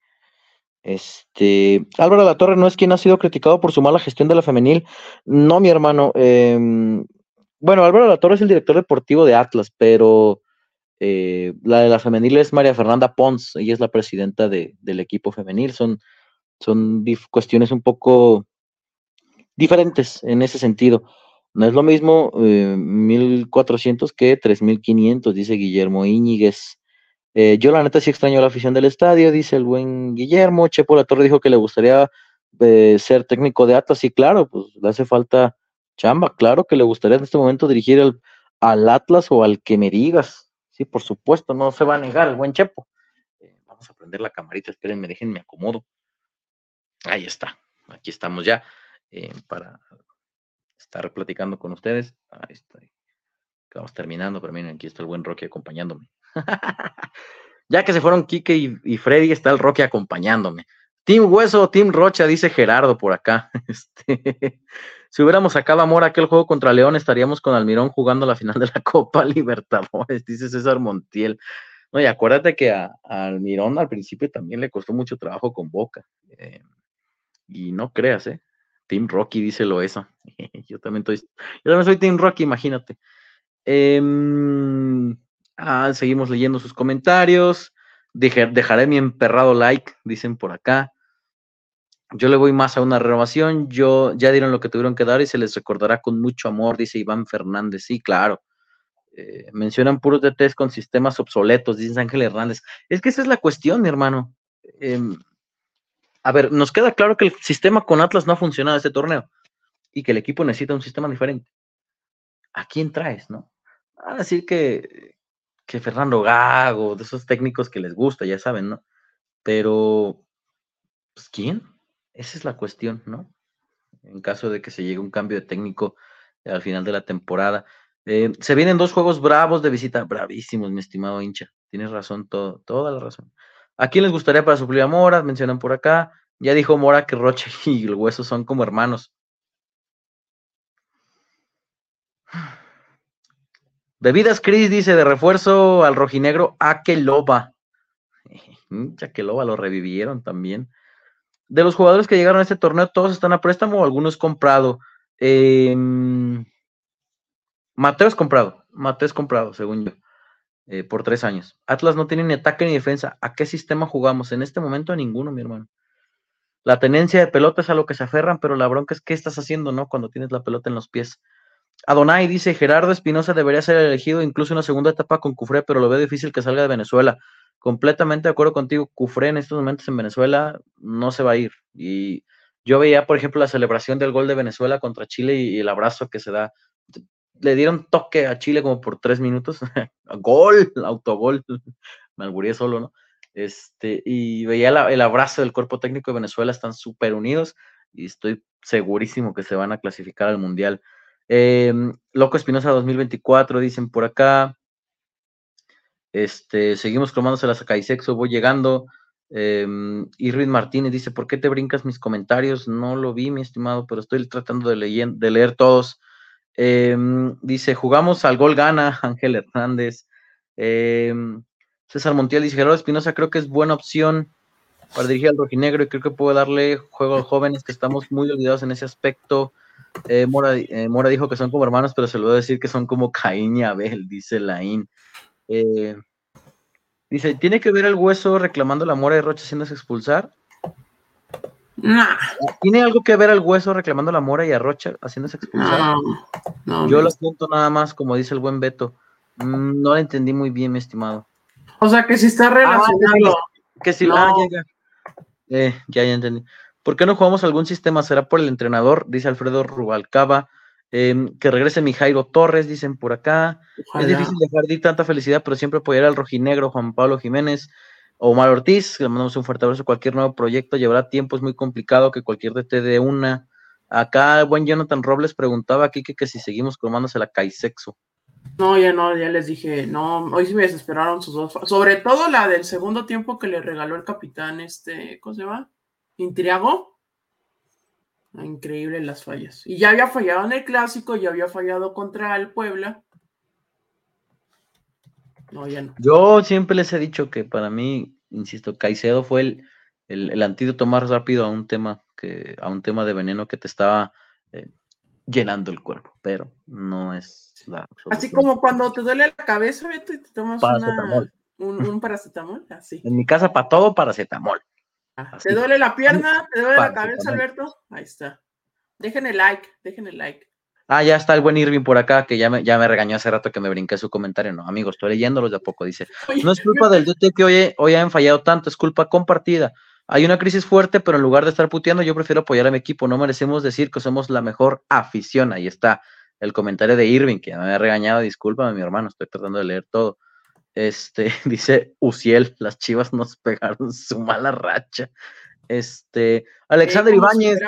Álvaro Latorre no es quien ha sido criticado por su mala gestión de la femenil. No, mi hermano. Bueno, Álvaro Latorre es el director deportivo de Atlas, pero la de la femenil es María Fernanda Pons. Ella es la presidenta del equipo femenil. Son cuestiones un poco diferentes en ese sentido. No es lo mismo 1,400 que 3,500, dice Guillermo Íñiguez. Yo la neta sí extraño la afición del estadio, dice el buen Guillermo. Chepo Latorre dijo que le gustaría ser técnico de Atlas. Sí, claro, pues le hace falta chamba. Claro que le gustaría en este momento dirigir al Atlas o al que me digas. Sí, por supuesto, no se va a negar el buen Chepo. Vamos a prender la camarita, espérenme, déjenme acomodo. Ahí está, aquí estamos ya para estar platicando con ustedes. Ahí está. Vamos terminando, pero miren, aquí está el buen Rocky acompañándome. Ya que se fueron Quique y Freddy, está el Rocky acompañándome. Team Hueso, Team Rocha, dice Gerardo por acá. Si hubiéramos sacado a Mora aquel juego contra León, estaríamos con Almirón jugando la final de la Copa Libertadores, dice César Montiel. No, y acuérdate que a Almirón al principio también le costó mucho trabajo con Boca. Y no creas, Team Rocky, dice Loesa. Yo también soy Team Rocky, imagínate. Seguimos leyendo sus comentarios. Dejaré mi emperrado like, dicen por acá. Yo le voy más a una renovación. Ya dieron lo que tuvieron que dar y se les recordará con mucho amor, dice Iván Fernández. Sí, claro. Mencionan puros DTs con sistemas obsoletos, dice Ángel Hernández. Es que esa es la cuestión, mi hermano. A ver, nos queda claro que el sistema con Atlas no ha funcionado este torneo y que el equipo necesita un sistema diferente. ¿A quién traes, no? A decir que Fernando Gago, de esos técnicos que les gusta, ya saben, ¿no? Pero, pues, ¿quién? Esa es la cuestión, ¿no? En caso de que se llegue un cambio de técnico al final de la temporada. Se vienen 2 juegos bravos de visita, bravísimos, mi estimado hincha. Tienes razón, toda la razón. ¿A quién les gustaría para suplir a Mora? Mencionan por acá. Ya dijo Mora que Rocha y el Hueso son como hermanos. Bebidas Cris dice de refuerzo al rojinegro Akeloba. Akeloba lo revivieron también. De los jugadores que llegaron a este torneo, ¿todos están a préstamo o algunos comprado? Mateo es comprado, según yo, por 3 años. Atlas no tiene ni ataque ni defensa. ¿A qué sistema jugamos? En este momento a ninguno, mi hermano. La tenencia de pelota es a lo que se aferran, pero la bronca es qué estás haciendo, ¿no? Cuando tienes la pelota en los pies. Adonai dice, Gerardo Espinosa debería ser elegido incluso en la segunda etapa con Cufré, pero lo veo difícil que salga de Venezuela. Completamente de acuerdo contigo, Cufré en estos momentos en Venezuela no se va a ir. Y yo veía, por ejemplo, la celebración del gol de Venezuela contra Chile y el abrazo que se da. Le dieron toque a Chile como por 3 minutos. Gol, autogol. Me albureé solo, ¿no? Y veía el abrazo del cuerpo técnico de Venezuela, están súper unidos y estoy segurísimo que se van a clasificar al Mundial. Loco Espinosa 2024, dicen por acá. Seguimos cromándoselas a Caisexo, voy llegando. Irving Martínez dice, ¿por qué te brincas mis comentarios? No lo vi, mi estimado, pero estoy tratando de leer todos. Dice, jugamos al gol gana, Ángel Hernández. César Montiel dice, Gerardo Espinosa creo que es buena opción para dirigir al rojinegro y creo que puede darle juego a los jóvenes que estamos muy olvidados en ese aspecto. Mora dijo que son como hermanos, pero se lo voy a decir que son como Caín y Abel, dice Laín. Dice, ¿tiene que ver el Hueso reclamando la Mora de Rocha haciéndose expulsar? Nah. ¿Tiene algo que ver el Hueso reclamando la Mora y a Rocha haciéndose expulsar? No, yo lo apunto nada más, como dice el buen Beto. No lo entendí muy bien, mi estimado. O sea, que si está relacionado. Que si no. ya entendí. ¿Por qué no jugamos algún sistema? ¿Será por el entrenador? Dice Alfredo Rubalcaba. Que regrese mi Jairo Torres, dicen por acá. Ojalá. Es difícil dejar de ir tanta felicidad, pero siempre apoyar al rojinegro Juan Pablo Jiménez. Omar Ortiz, le mandamos un fuerte abrazo. Cualquier nuevo proyecto llevará tiempo, es muy complicado que cualquier DT de una. Acá el buen Jonathan Robles preguntaba aquí que si seguimos cromándose la Caisexo. No, ya les dije, no, hoy sí me desesperaron sus dos, sobre todo la del segundo tiempo que le regaló el capitán, ¿cómo se llama? Intriago. Increíble las fallas. Y ya había fallado en el clásico, ya había fallado contra el Puebla. No, ya no. Yo siempre les he dicho que para mí, insisto, Caicedo fue el antídoto más rápido a un tema de veneno que te estaba llenando el cuerpo, pero no es la solución. Así como cuando te duele la cabeza, Beto, y te tomas paracetamol. un paracetamol, así. En mi casa, para todo, paracetamol. ¿Te duele la pierna? ¿Te duele la cabeza, Alberto? Ahí está. Dejen el like. Ya está el buen Irving por acá, que ya me regañó hace rato que me brinqué su comentario. No, amigos, estoy leyéndolos de a poco. Dice, no es culpa del DT que hoy han fallado tanto, es culpa compartida. Hay una crisis fuerte, pero en lugar de estar puteando, yo prefiero apoyar a mi equipo. No merecemos decir que somos la mejor afición. Ahí está el comentario de Irving, que ya me había regañado. Discúlpame, mi hermano, estoy tratando de leer todo. Dice Uciel, las Chivas nos pegaron su mala racha. Alexander Ibáñez.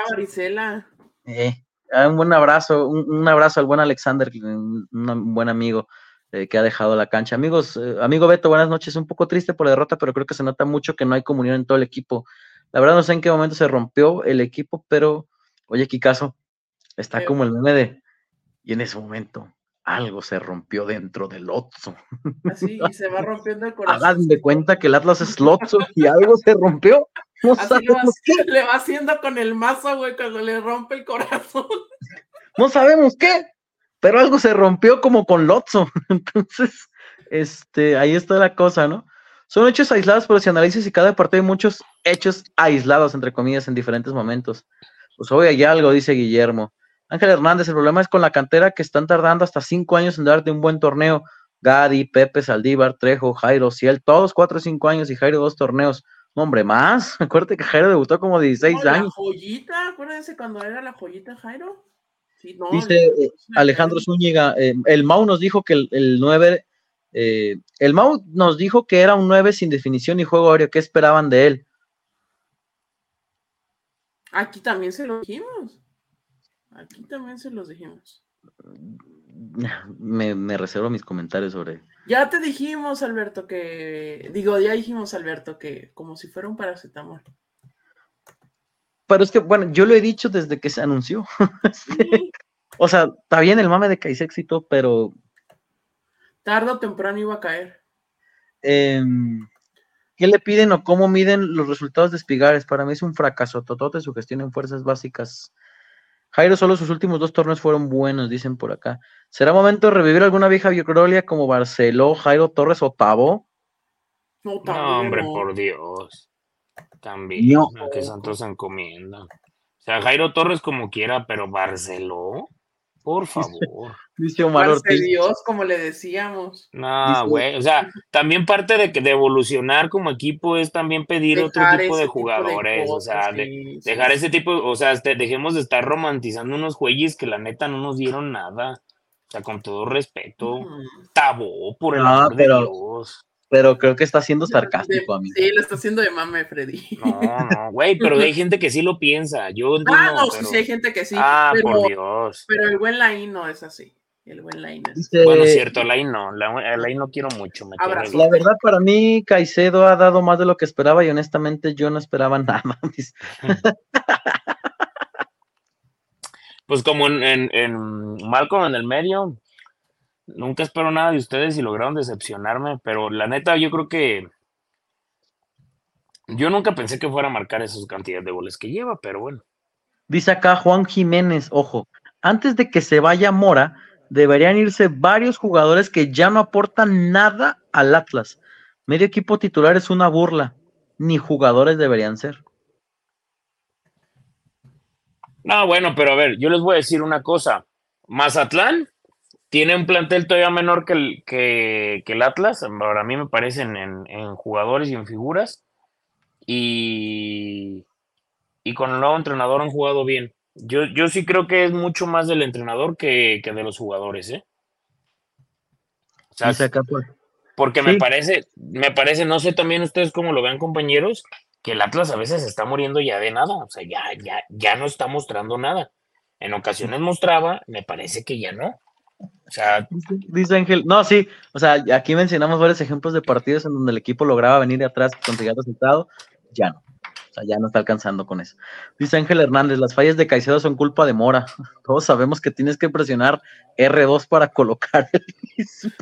Un buen abrazo, un abrazo al buen Alexander, un buen amigo que ha dejado la cancha. Amigos, amigo Beto, buenas noches. Un poco triste por la derrota, pero creo que se nota mucho que no hay comunión en todo el equipo. La verdad no sé en qué momento se rompió el equipo, pero oye, Kikazo, está como el meme de, y en ese momento algo se rompió dentro del Otso. Así, y se va rompiendo el corazón. Hagan de cuenta que el Atlas es Lotso y algo se rompió. No así le va haciendo con el mazo, güey, cuando le rompe el corazón. No sabemos qué, pero algo se rompió como con Lotso. Entonces, ahí está la cosa, ¿no? Son hechos aislados, pero si analizas y cada partido hay muchos hechos aislados, entre comillas, en diferentes momentos. Pues hoy hay algo, dice Guillermo. Ángel Hernández, el problema es con la cantera que están tardando hasta 5 años en darte un buen torneo. Gadi, Pepe, Saldívar, Trejo, Jairo, Ciel, todos 4 o 5 años y Jairo 2 torneos. No, hombre, más. Acuérdate que Jairo debutó como 16 años. La joyita, acuérdense cuando era la joyita Jairo. Sí, no, dice Alejandro Zúñiga, el Mau nos dijo que el 9, el Mau nos dijo que era un 9 sin definición y juego aéreo. ¿Qué esperaban de él? Aquí también se lo dijimos. Me reservo mis comentarios sobre. Ya dijimos, Alberto, que como si fuera un paracetamol. Pero es que, bueno, yo lo he dicho desde que se anunció. Sí. O sea, está bien el mame de Caicex y todo, pero. Tarde o temprano iba a caer. ¿Qué le piden o cómo miden los resultados de Espigares? Para mí es un fracaso totote su gestión en fuerzas básicas. Jairo, solo sus últimos 2 torneos fueron buenos, dicen por acá. ¿Será momento de revivir alguna vieja Vicrolia como Barceló, Jairo Torres o Tabo? No, hombre, por Dios. También, no. A que Santos se encomienda. O sea, Jairo Torres como quiera, pero Barceló, por favor. Dice Omar Ortiz. Dios, como le decíamos. No, güey, o sea, también parte de evolucionar como equipo es también pedir otro tipo de jugadores, o sea, dejar ese tipo, o sea, dejemos de estar romantizando unos güeyes que la neta no nos dieron nada, o sea, con todo respeto, Tabo, por el amor de Dios. Pero creo que está siendo sarcástico, amigo. Sí, lo está haciendo de mame, Freddy. No, güey, pero hay gente que sí lo piensa. Yo entiendo. Sí hay gente que sí. Por Dios. Pero el buen Laín no es así. El buen Lainez. Dice, Bueno, cierto, Lain no quiero mucho. Me cae Abrazo. bien. la verdad, para mí, Caicedo ha dado más de lo que esperaba y honestamente yo no esperaba nada. Dice, Pues como en Malcolm en el medio, nunca espero nada de ustedes y lograron decepcionarme, pero la neta yo creo que yo nunca pensé que fuera a marcar esas cantidades de goles que lleva, pero bueno. dice acá Juan Jiménez, ojo, antes de que se vaya Mora, deberían irse varios jugadores que ya no aportan nada al Atlas. Medio equipo titular es una burla, ni jugadores deberían ser. No, bueno, pero a ver, yo les voy a decir una cosa. Mazatlán tiene un plantel todavía menor que el Atlas, para mí me parecen en jugadores y en figuras, y, y con el nuevo entrenador han jugado bien. Yo sí creo que es mucho más del entrenador que de los jugadores, ¿eh? O sea, Dice acá, pues, porque sí, me parece, no sé también ustedes cómo lo vean, compañeros, que el Atlas a veces se está muriendo ya de nada, o sea, ya no está mostrando nada. En ocasiones mostraba, me parece que ya no. O sea, dice Ángel, no, sí, o sea, aquí mencionamos varios ejemplos de partidos en donde el equipo lograba venir de atrás y conseguir resultado, ya no. O sea, ya no está alcanzando con eso. Dice Ángel Hernández, las fallas de Caicedo son culpa de Mora. Todos sabemos que tienes que presionar R2 para colocar el mismo.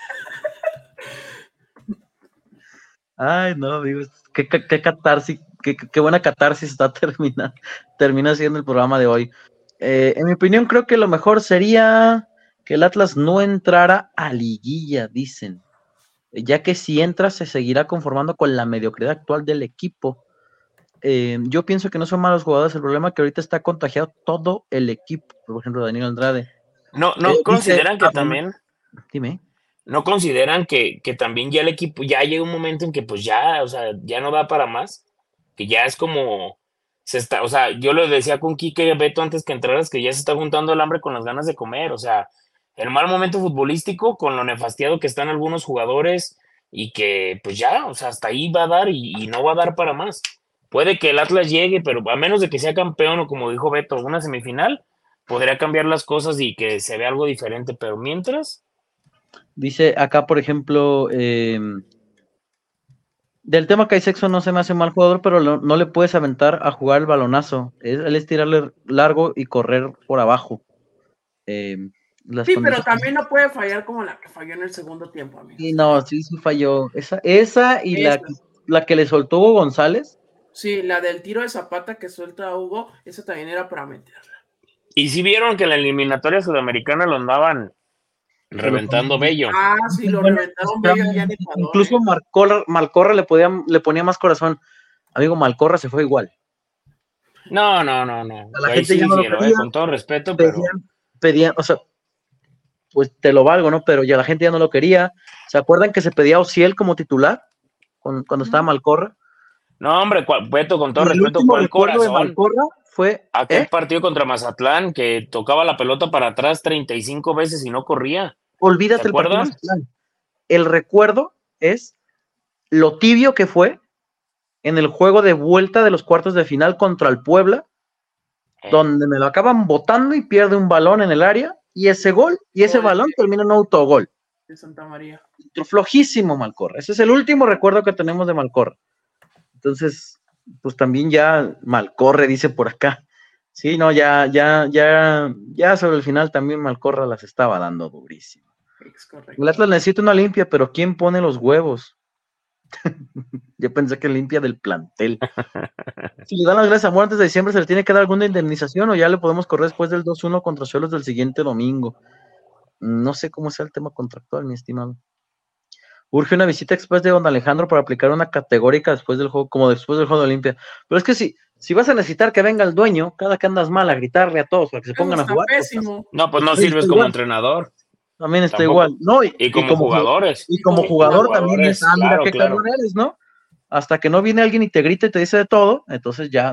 Ay, no, amigos, qué catarsis, qué buena catarsis termina siendo el programa de hoy. En mi opinión, creo que lo mejor sería que el Atlas no entrara a liguilla, dicen, ya que si entra se seguirá conformando con la mediocridad actual del equipo. Yo pienso que no son malos jugadores, el problema es que ahorita está contagiado todo el equipo, por ejemplo, Daniel Andrade. no Dice, consideran que también, dime. no consideran que también ya el equipo, ya llega un momento en que pues ya, o sea, ya no da para más, que ya es como, o sea, yo lo decía con Quique y Beto antes que entraras, que ya se está juntando el hambre con las ganas de comer, o sea, el mal momento futbolístico con lo nefastiado que están algunos jugadores y que pues ya, o sea, hasta ahí va a dar y no va a dar para más. Puede que el Atlas llegue, pero a menos de que sea campeón o como dijo Beto, una semifinal, podría cambiar las cosas y que se vea algo diferente, pero mientras... Dice acá, por ejemplo, del tema que hay sexo no se me hace mal jugador, pero no le puedes aventar a jugar el balonazo. Él es tirarle largo y correr por abajo. Sí, pero también no puede fallar como la que falló en el segundo tiempo, amigo. Sí, no, sí falló. Esa y la que le soltó Hugo González. Sí, la del tiro de Zapata que suelta a Hugo, esa también era para meterla. Y si vieron que en la eliminatoria sudamericana lo andaban reventando Bello. Ah, sí, lo reventaron Bello allá en Ecuador. Incluso Malcorra le ponía más corazón. Amigo, Malcorra se fue igual. No. La gente ya no lo quería, con todo respeto, pedían, o sea, pues te lo valgo, ¿no? Pero ya la gente ya no lo quería. ¿Se acuerdan que se pedía a Ociel como titular cuando estaba Malcorra? No, hombre, Beto, con todo respeto, ¿cuál corazón? Malcorra fue aquel partido contra Mazatlán que tocaba la pelota para atrás 35 veces y no corría. Olvídate el partido de Mazatlán. El recuerdo es lo tibio que fue en el juego de vuelta de los cuartos de final contra el Puebla, donde me lo acaban botando y pierde un balón en el área, y ese gol, y ese balón termina en un autogol. De Santa María. Flojísimo Malcorra. Ese es el último recuerdo que tenemos de Malcorra. Entonces, pues también ya Malcorre, dice por acá. Sí, no, ya sobre el final también Malcorra las estaba dando durísimo. El Atlas necesita una limpia, pero ¿quién pone los huevos? Yo pensé que limpia del plantel. Si le dan las gracias a Mora antes de diciembre, ¿se le tiene que dar alguna indemnización o ya le podemos correr después del 2-1 contra Xolos del siguiente domingo? No sé cómo sea el tema contractual, mi estimado. Urge una visita express de don Alejandro para aplicar una categórica después del juego, como después del juego de Olimpia. Pero es que si vas a necesitar que venga el dueño, cada que andas mal, a gritarle a todos para que se pongan a jugar. No, pues no sirves como entrenador. También está igual. No, y como jugadores. Y como jugador también es, mira qué cabrón eres, ¿no? Hasta que no viene alguien y te grita y te dice de todo, entonces ya,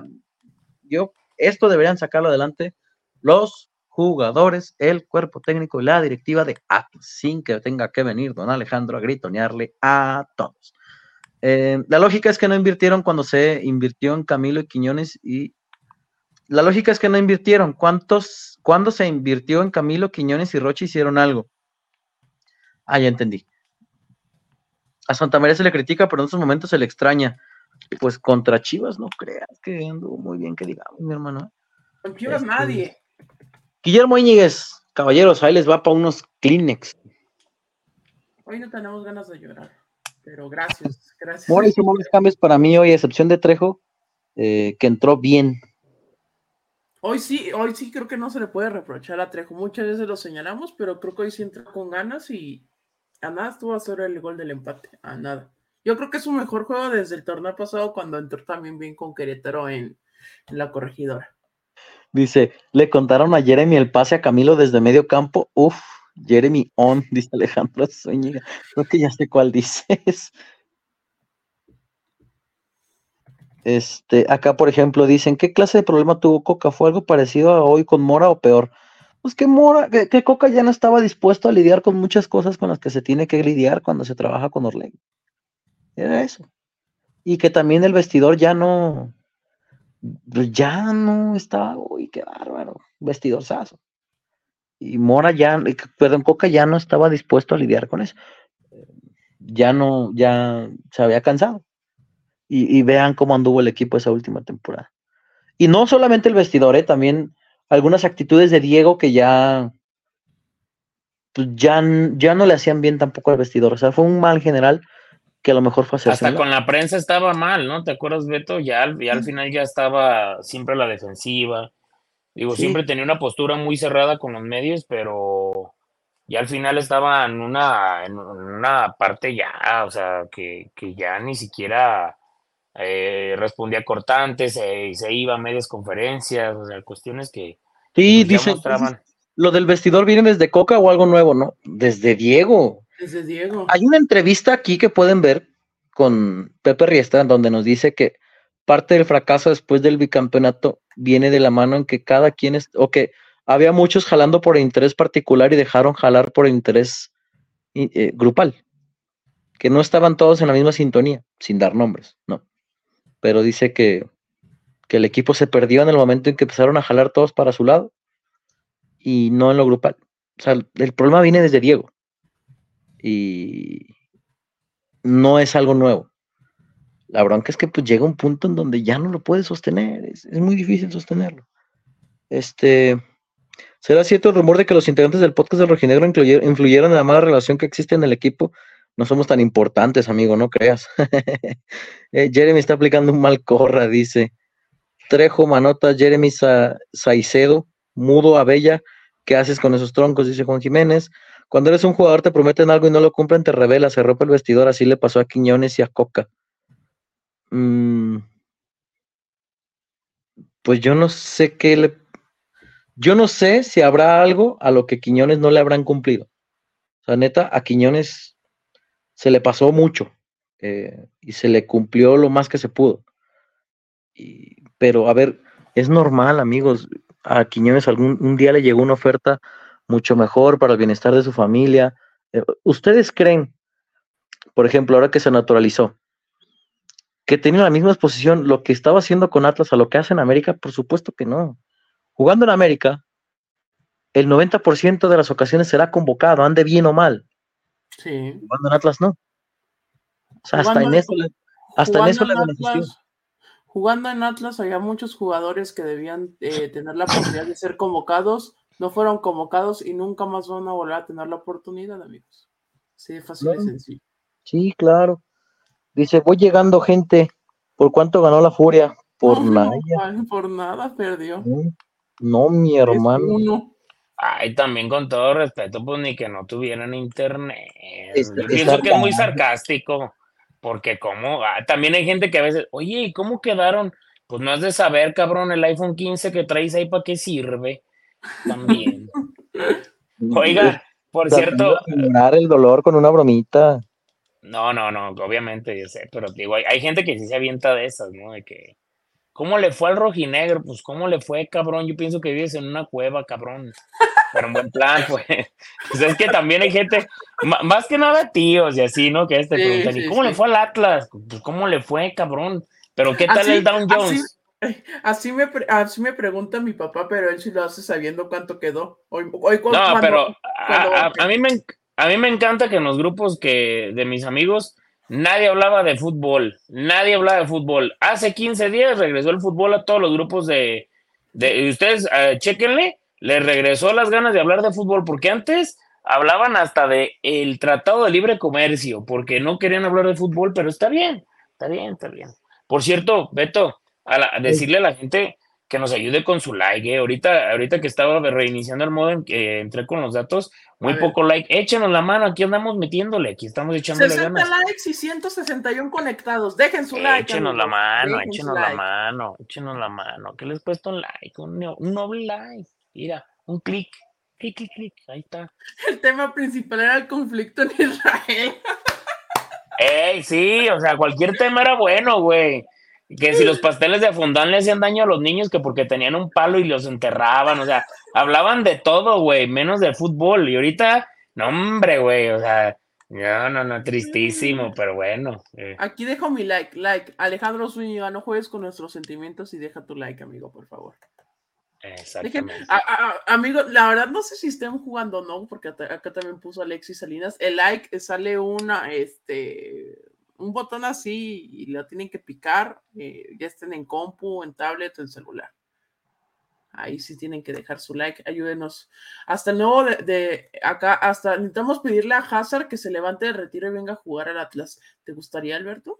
esto deberían sacarlo adelante los jugadores, el cuerpo técnico y la directiva de Atlas, sin que tenga que venir don Alejandro a gritonearle a todos. La lógica es que no invirtieron cuando se invirtió en Camilo y Quiñones y la lógica es que no invirtieron. ¿Cuándo se invirtió en Camilo, Quiñones y Rocha hicieron algo? Ah, ya entendí. A Santa María se le critica, pero en estos momentos se le extraña. Pues contra Chivas, no creas que anduvo muy bien, que digamos, mi hermano. Con Chivas nadie. Guillermo Íñiguez, caballeros, ahí les va para unos Kleenex. Hoy no tenemos ganas de llorar, pero gracias. Mora hizo malos cambios para mí hoy, a excepción de Trejo, que entró bien. Hoy sí creo que no se le puede reprochar a Trejo. Muchas veces lo señalamos, pero creo que hoy sí entró con ganas y a nada estuvo a hacer el gol del empate. A nada. Yo creo que es su mejor juego desde el torneo pasado cuando entró también bien con Querétaro en la Corregidora. Dice, le contaron a Jeremy el pase a Camilo desde medio campo. Uf, Jeremy on, dice Alejandro Zúñiga. Creo que ya sé cuál dices. Acá, por ejemplo, dicen, ¿qué clase de problema tuvo Coca? ¿Fue algo parecido a hoy con Mora o peor? Pues que Coca ya no estaba dispuesto a lidiar con muchas cosas con las que se tiene que lidiar cuando se trabaja con Orlegui. Era eso. Y que también el vestidor ya no estaba, uy, qué bárbaro, vestidorzazo. Y Coca ya no estaba dispuesto a lidiar con eso. Ya se había cansado. Y vean cómo anduvo el equipo esa última temporada. Y no solamente el vestidor, también algunas actitudes de Diego que pues ya no le hacían bien tampoco al vestidor. O sea, fue un mal general que a lo mejor fue hacerse. Hasta con la prensa estaba mal, ¿no? ¿Te acuerdas, Beto? Ya al final ya estaba siempre a la defensiva. Digo, Sí. Siempre tenía una postura muy cerrada con los medios, pero ya al final estaba en una parte ya, o sea, que ya ni siquiera respondía cortantes, se iba a medias conferencias, o sea, cuestiones que Sí, pues, ya dice, mostraban. ¿lo del vestidor viene desde Coca o algo nuevo? No, desde Diego. Desde Diego. Hay una entrevista aquí que pueden ver con Pepe Riestra, donde nos dice que parte del fracaso después del bicampeonato viene de la mano en que cada quien o que había muchos jalando por interés particular y dejaron jalar por interés grupal, que no estaban todos en la misma sintonía, sin dar nombres, no. Pero dice que el equipo se perdió en el momento en que empezaron a jalar todos para su lado y no en lo grupal. O sea, el problema viene desde Diego y no es algo nuevo. La bronca es que pues llega un punto en donde ya no lo puedes sostener, es muy difícil sostenerlo. ¿Será cierto el rumor de que los integrantes del podcast del Rojinegro influyeron en la mala relación que existe en el equipo? No somos tan importantes, amigo, no creas. Jeremy está aplicando un mal corra, dice. Trejo, Manota, Jeremy Saicedo, Mudo, Abella, ¿qué haces con esos troncos? Dice Juan Jiménez. Cuando eres un jugador te prometen algo y no lo cumplen, te revelas, se rompe el vestidor, así le pasó a Quiñones y a Coca. Pues yo no sé yo no sé si habrá algo a lo que Quiñones no le habrán cumplido. O sea, neta, a Quiñones se le pasó mucho y se le cumplió lo más que se pudo. Pero, a ver, es normal, amigos. A Quiñones un día le llegó una oferta mucho mejor para el bienestar de su familia. ¿Ustedes creen, por ejemplo, ahora que se naturalizó, que tenía la misma exposición lo que estaba haciendo con Atlas a lo que hace en América? Por supuesto que no. Jugando en América, el 90% de las ocasiones será convocado, ande bien o mal. Sí. Jugando en Atlas, no. O sea, hasta en eso le benefició. Jugando en Atlas había muchos jugadores que debían tener la posibilidad de ser convocados, no fueron convocados y nunca más van a volver a tener la oportunidad, amigos. Sí, fácil y sencillo. Sí, claro. Dice, voy llegando, gente. ¿Por cuánto ganó la Furia? Por nada. Por nada perdió. No, mi hermano. Ay, también con todo respeto, pues ni que no tuvieran internet. Yo pienso que es muy sarcástico, porque también hay gente que a veces, oye, ¿y cómo quedaron? Pues no has de saber, cabrón, el iPhone 15 que traes ahí, ¿para qué sirve? También. Oiga, por cierto. Ignorar el dolor con una bromita. No, obviamente, yo sé, pero digo, hay gente que sí se avienta de esas, ¿no? De que, ¿cómo le fue al rojinegro? Pues, ¿cómo le fue, cabrón? Yo pienso que vives en una cueva, cabrón. Pero en buen plan, pues. Pues es que también hay gente, más que nada tíos y así, ¿no? Que preguntan, ¿y cómo le fue al Atlas? Pues, ¿cómo le fue, cabrón? Pero, ¿qué tal el Down Jones? Así me pregunta mi papá, pero él sí lo hace sabiendo cuánto quedó. Hoy No, pero cuando a mí me encanta que en los grupos de mis amigos nadie hablaba de fútbol, nadie hablaba de fútbol. Hace 15 días regresó el fútbol a todos los grupos de ustedes, chéquenle, les regresó las ganas de hablar de fútbol, porque antes hablaban hasta de el Tratado de Libre Comercio, porque no querían hablar de fútbol, pero está bien, está bien, está bien. Por cierto, Beto, decirle a la gente que nos ayude con su like, ¿eh? Ahorita que estaba reiniciando el modem, entré con los datos, muy poco like. Échenos la mano, aquí andamos metiéndole, aquí estamos echándole 60 ganas. likes y 161 conectados. Dejen su like. Échenos la mano, échenos la mano, échenos la mano. ¿Qué les cuesta un like? Un noble like. Mira, un clic, clic, clic, clic. Ahí está. El tema principal era el conflicto en Israel. ¡Ey, sí! O sea, cualquier tema era bueno, güey. Que si los pasteles de fondant le hacían daño a los niños, que porque tenían un palo y los enterraban, o sea, hablaban de todo, güey, menos de fútbol. Y ahorita, no, hombre, güey, o sea, no, tristísimo, pero bueno. Aquí dejo mi like. Alejandro Zúñiga, no juegues con nuestros sentimientos y deja tu like, amigo, por favor. Exactamente. Amigo, la verdad no sé si estén jugando o no, porque acá también puso Alexis Salinas. El like sale un botón así y lo tienen que picar, ya estén en compu, en tablet o en celular. Ahí sí tienen que dejar su like, ayúdenos. Hasta el nuevo de acá, hasta necesitamos pedirle a Hazard que se levante de retiro y venga a jugar al Atlas. ¿Te gustaría, Alberto?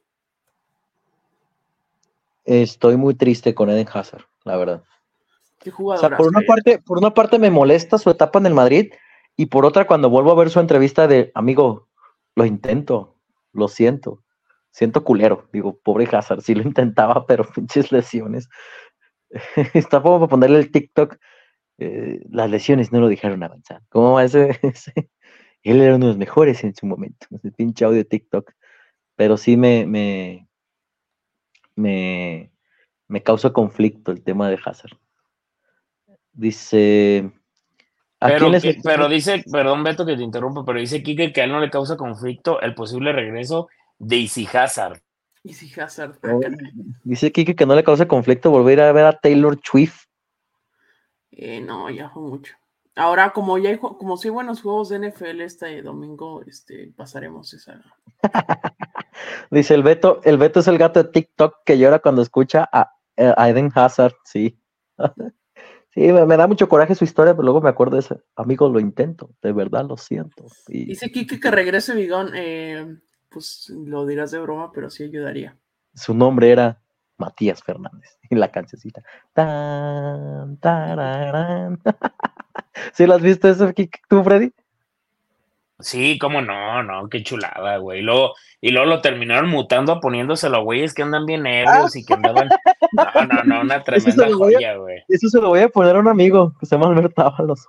Estoy muy triste con Eden Hazard, la verdad. ¿Qué jugador? O sea, por una parte me molesta su etapa en el Madrid, y por otra, cuando vuelvo a ver su entrevista de amigo, lo intento, lo siento culero. Digo, pobre Hazard, sí lo intentaba, pero pinches lesiones. Está como para ponerle el TikTok, las lesiones no lo dejaron avanzar. ¿Cómo va ese? Él era uno de los mejores en su momento, ese pinche audio de TikTok. Pero sí me causa conflicto el tema de Hazard. Dice... Pero dice, perdón Beto que te interrumpa, pero dice Kike que a él no le causa conflicto el posible regreso de Easy Hazard. Easy Hazard. Dice Kike que no le causa conflicto volver a ver a Taylor Swift. No, ya fue mucho. Ahora, como si hay buenos juegos de NFL este domingo, pasaremos esa. Dice el Beto es el gato de TikTok que llora cuando escucha a Eden Hazard, sí. Sí, me da mucho coraje su historia, pero luego me acuerdo de eso. Amigo, lo intento, de verdad lo siento. Dice Kike que regrese Bigón, pues lo dirás de broma, pero sí ayudaría. Su nombre era Matías Fernández, y la cancioncita. Tan, tararán. ¿Sí lo has visto eso, Kike, tú, Freddy? Sí, cómo no, qué chulada, güey. Y luego lo terminaron mutando, poniéndoselo a güeyes que andan bien ebrios y que andaban. No, una tremenda joya, güey. Eso se lo voy a poner a un amigo que se llama Alberto Ábalos.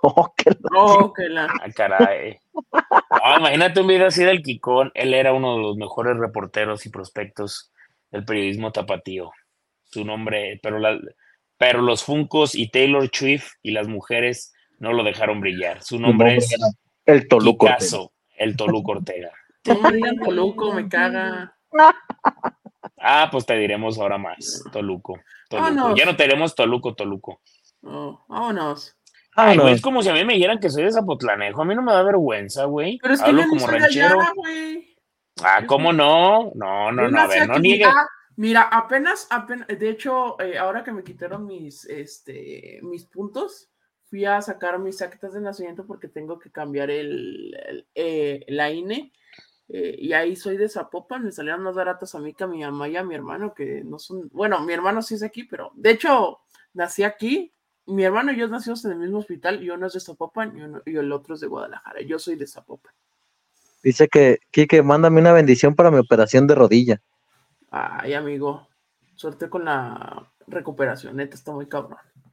Caray. No, imagínate un video así del Kikón. Él era uno de los mejores reporteros y prospectos del periodismo tapatío. Su nombre, pero los Funkos y Taylor Swift y las mujeres no lo dejaron brillar. Su nombre es el Toluco Ortega. El Toluco Ortega. Toluco, me caga. Pues te diremos ahora más. Toluco. Vámonos. Ya no tenemos Toluco. Vámonos. Ay, güey, es como si a mí me dijeran que soy de Zapotlanejo. A mí no me da vergüenza, güey. Pero es que hablo yo como soy ranchero. Allá, ¿Cómo no? No, a ver, no niegues. Mira, apenas, de hecho, ahora que me quitaron mis puntos, fui a sacar mis actas de nacimiento porque tengo que cambiar la INE, y ahí soy de Zapopan. Me salieron más baratas a mí que a mi mamá y a mi hermano, que no son, bueno, mi hermano sí es de aquí, pero de hecho nací aquí. Mi hermano y yo nacimos en el mismo hospital, y uno es de Zapopan y el otro es de Guadalajara. Yo soy de Zapopan. Dice que, Kike, mándame una bendición para mi operación de rodilla. Ay, amigo, suerte con la recuperación, neta, está muy cabrón.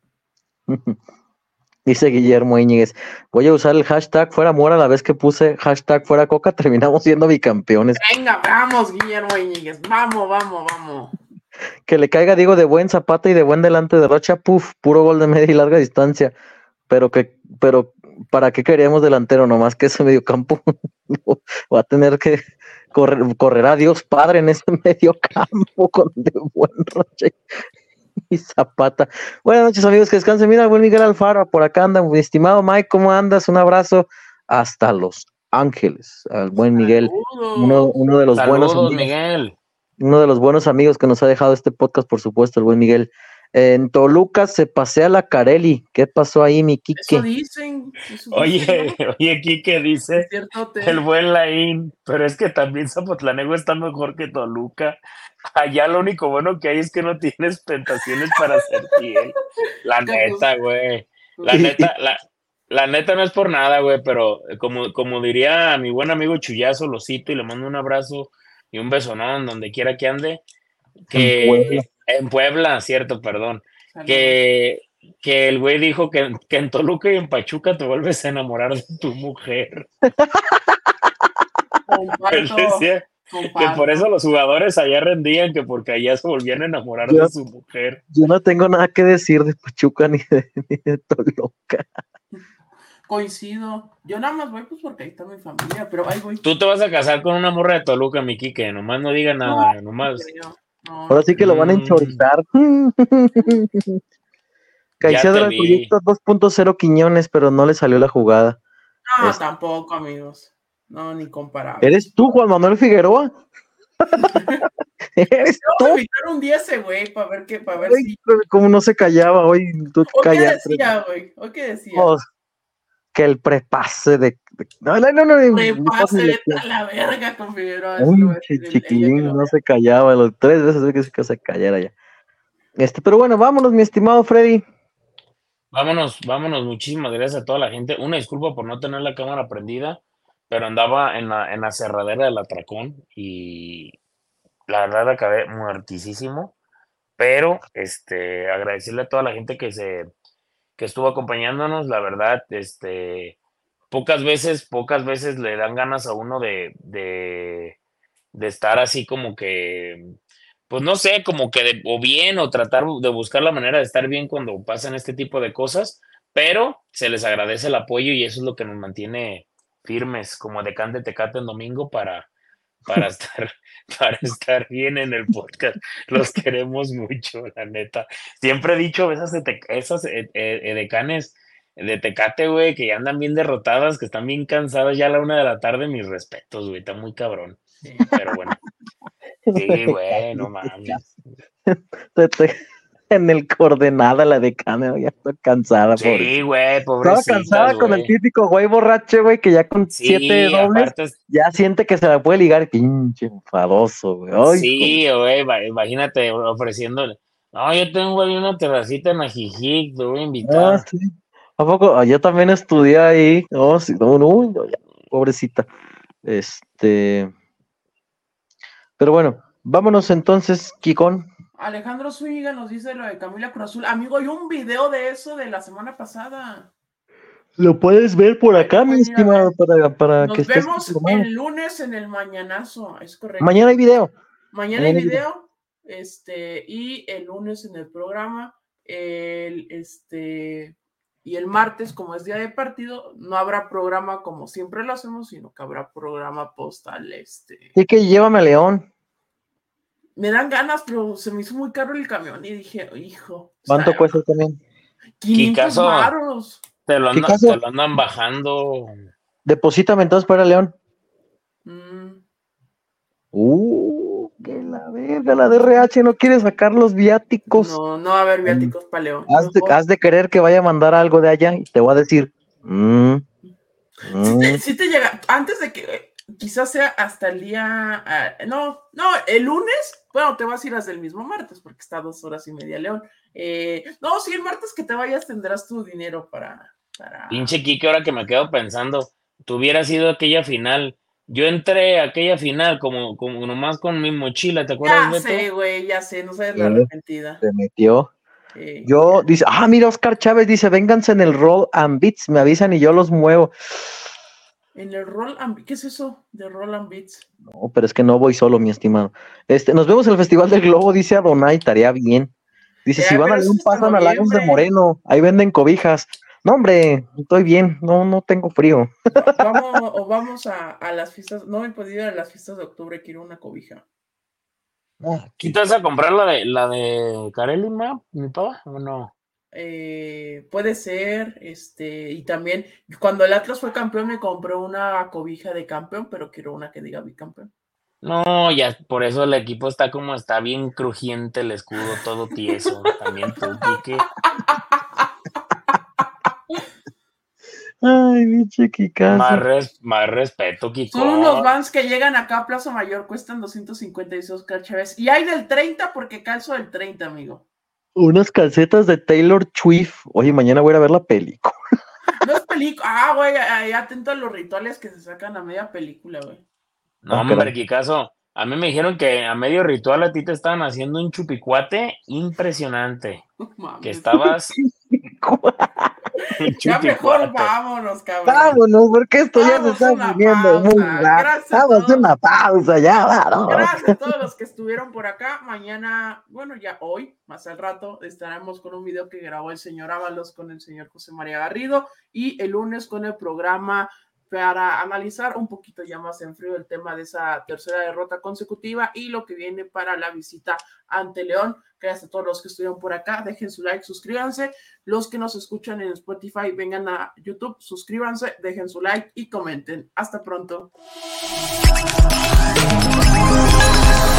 Dice Guillermo Íñiguez, voy a usar el hashtag fuera Mora. La vez que puse hashtag fuera Coca, terminamos siendo bicampeones. Venga, vamos, Guillermo Íñiguez, vamos. Que le caiga, digo, de buen Zapata y de buen delante de Rocha, puro gol de media y larga distancia. Pero ¿para qué queríamos delantero? Nomás que ese mediocampo va a tener que correr a Dios Padre en ese mediocampo con de buen Rocha. Y Zapata. Buenas noches, amigos, que descansen. Mira, buen Miguel Alfaro, por acá anda. Mi estimado Mike, ¿cómo andas? Un abrazo hasta Los Ángeles. Al buen Miguel, Saludos. uno de los buenos Saludos, amigos. Miguel. Uno de los buenos amigos que nos ha dejado este podcast, por supuesto, el buen Miguel. En Toluca se pasea la Carelli. ¿Qué pasó ahí, mi Eso Quique? dicen. Oye, Quique dice Es cierto, el buen Laín, pero es que también Zapotlanejo está mejor que Toluca. Allá lo único bueno que hay es que no tienes tentaciones para ser fiel. La neta, güey. La neta, la neta no es por nada, güey, pero como diría mi buen amigo Chuyazo, lo cito y le mando un abrazo y un besonón donde quiera que ande, En Puebla. en Puebla, cierto, perdón, Saludos. que el güey dijo que en Toluca y en Pachuca te vuelves a enamorar de tu mujer. Él decía que por eso los jugadores allá rendían, que porque allá se volvían a enamorar de su mujer. Yo no tengo nada que decir de Pachuca ni de Toluca. Coincido. Yo nada más voy pues porque ahí está mi familia, pero ahí voy. Tú te vas a casar con una morra de Toluca, mi Quique, nomás no diga nada, nomás. No, Ahora sí que lo van a enchorizar. Caicedo era el proyecto 2.0 Quiñones, pero no le salió la jugada. No, tampoco, amigos. No, ni comparable. ¿Eres tú, Juan Manuel Figueroa? ¿Eres tú? Vamos a invitar un día a ese güey para ver qué, para ver Ay, si. cómo no se callaba hoy. Tú ¿O qué callaste. decía, güey? ¿O qué decía? Oh, que el prepase de... No. Prepase, vete a la verga con Figueroa. Chiquilín, no se callaba. Los 3 veces que se callara ya. Pero bueno, vámonos, mi estimado Freddy. Vámonos, muchísimas gracias a toda la gente. Una disculpa por no tener la cámara prendida, pero andaba en la cerradera del atracón y la verdad acabé muertisísimo. Pero agradecerle a toda la gente que estuvo acompañándonos, la verdad, pocas veces le dan ganas a uno de estar así como que, pues no sé, como que o bien o tratar de buscar la manera de estar bien cuando pasan este tipo de cosas, pero se les agradece el apoyo y eso es lo que nos mantiene firmes como Decán de Tecate en domingo para estar, para estar bien en el podcast. Los queremos mucho, la neta. Siempre he dicho esas decanes de Tecate, güey, que ya andan bien derrotadas, que están bien cansadas ya a la 1 de la tarde, mis respetos, güey, está muy cabrón. Sí. Pero bueno. Sí, güey, no mames. En el coordenada la decana, ya estoy cansada. Sí, güey, Estaba pobrecitas, cansada con el güey. típico güey borracho, güey, que ya con 7 Sí, dobles aparte, ya siente que se la puede ligar, pinche enfadoso, güey. Ay, sí, güey, imagínate ofreciéndole. No, yo tengo ahí una terracita en Ajijic, te voy a invitar. sí. ¿A poco? Yo también estudié ahí. Oh, sí, no, ya, pobrecita. Pero bueno, vámonos entonces, Kikón. Alejandro Zúñiga nos dice lo de Camila Cruz Azul. Amigo, hay un video de eso de la semana pasada. Lo puedes ver por acá, mi estimado, para nos que estés vemos informado. el lunes en el mañanazo, es correcto. Mañana hay video. Mañana hay video, y el lunes en el programa, y el martes, como es día de partido, no habrá programa como siempre lo hacemos, sino que habrá programa postal, Sí, que llévame a León. Me dan ganas, pero se me hizo muy caro el camión y dije, hijo. ¿Cuánto cuesta también? 500 varos. Te lo andan bajando. Deposítame entonces para León. Que la verga, la DRH no quiere sacar los viáticos. No va a haber viáticos para León. Has de querer que vaya a mandar algo de allá y te voy a decir. Sí te llega, antes de que quizás sea hasta el día, el lunes, bueno, te vas a ir hasta el mismo martes porque está 2 horas y media León. Sí, el martes que te vayas tendrás tu dinero para... Pinche Kike, ahora que me quedo pensando, tú hubieras ido a aquella final. Yo entré a aquella final como nomás con mi mochila, ¿te acuerdas, Beto? Ya sé, güey, no sabes la arrepentida. Se metió. Yo, dice, mira, Oscar Chávez dice, vénganse en el Roll and Beats, me avisan y yo los muevo. En el Roll and Beats, ¿qué es eso de Roll and Beats? No, pero es que no voy solo, mi estimado. Nos vemos en el Festival del Globo, dice Adonai, estaría bien. Dice, si van a León, pasan a Lagos de Moreno, ahí venden cobijas. No, hombre, estoy bien, no tengo frío. Vamos a las fiestas, no he podido ir a las fiestas de octubre, quiero una cobija. ¿Tú te vas a comprar la de Carelli, mi pava, o no? Puede ser, y también cuando el Atlas fue campeón me compré una cobija de campeón, pero quiero una que diga bicampeón. No, ya por eso el equipo está como está bien crujiente el escudo, todo tieso. También tú, Quique. Ay, pinche Kikazo. Más respeto, Kiko. Son unos vans que llegan acá a Plaza Mayor, cuestan 256 Oscar Chávez. Y hay del 30 porque calzo del 30, amigo. Unas calcetas de Taylor Swift. Oye, mañana voy a ir a ver la película. No es película. Güey, atento a los rituales que se sacan a media película, güey. No, hombre, Kikazo. A mí me dijeron que a medio ritual a ti te estaban haciendo un chupicuate impresionante. Mames. Que estabas... Ya mejor vámonos, cabrón. Vámonos, porque esto ya se está poniendo muy raro. Vamos a una pausa, ya, vamos. Gracias a todos los que estuvieron por acá. Mañana, bueno, ya hoy, más al rato, estaremos con un video que grabó el señor Ábalos con el señor José María Garrido, y el lunes con el programa para analizar un poquito ya más en frío el tema de esa tercera derrota consecutiva y lo que viene para la visita ante León. Gracias a todos los que estuvieron por acá, dejen su like, suscríbanse. Los que nos escuchan en Spotify, vengan a YouTube, suscríbanse, dejen su like y comenten. Hasta pronto.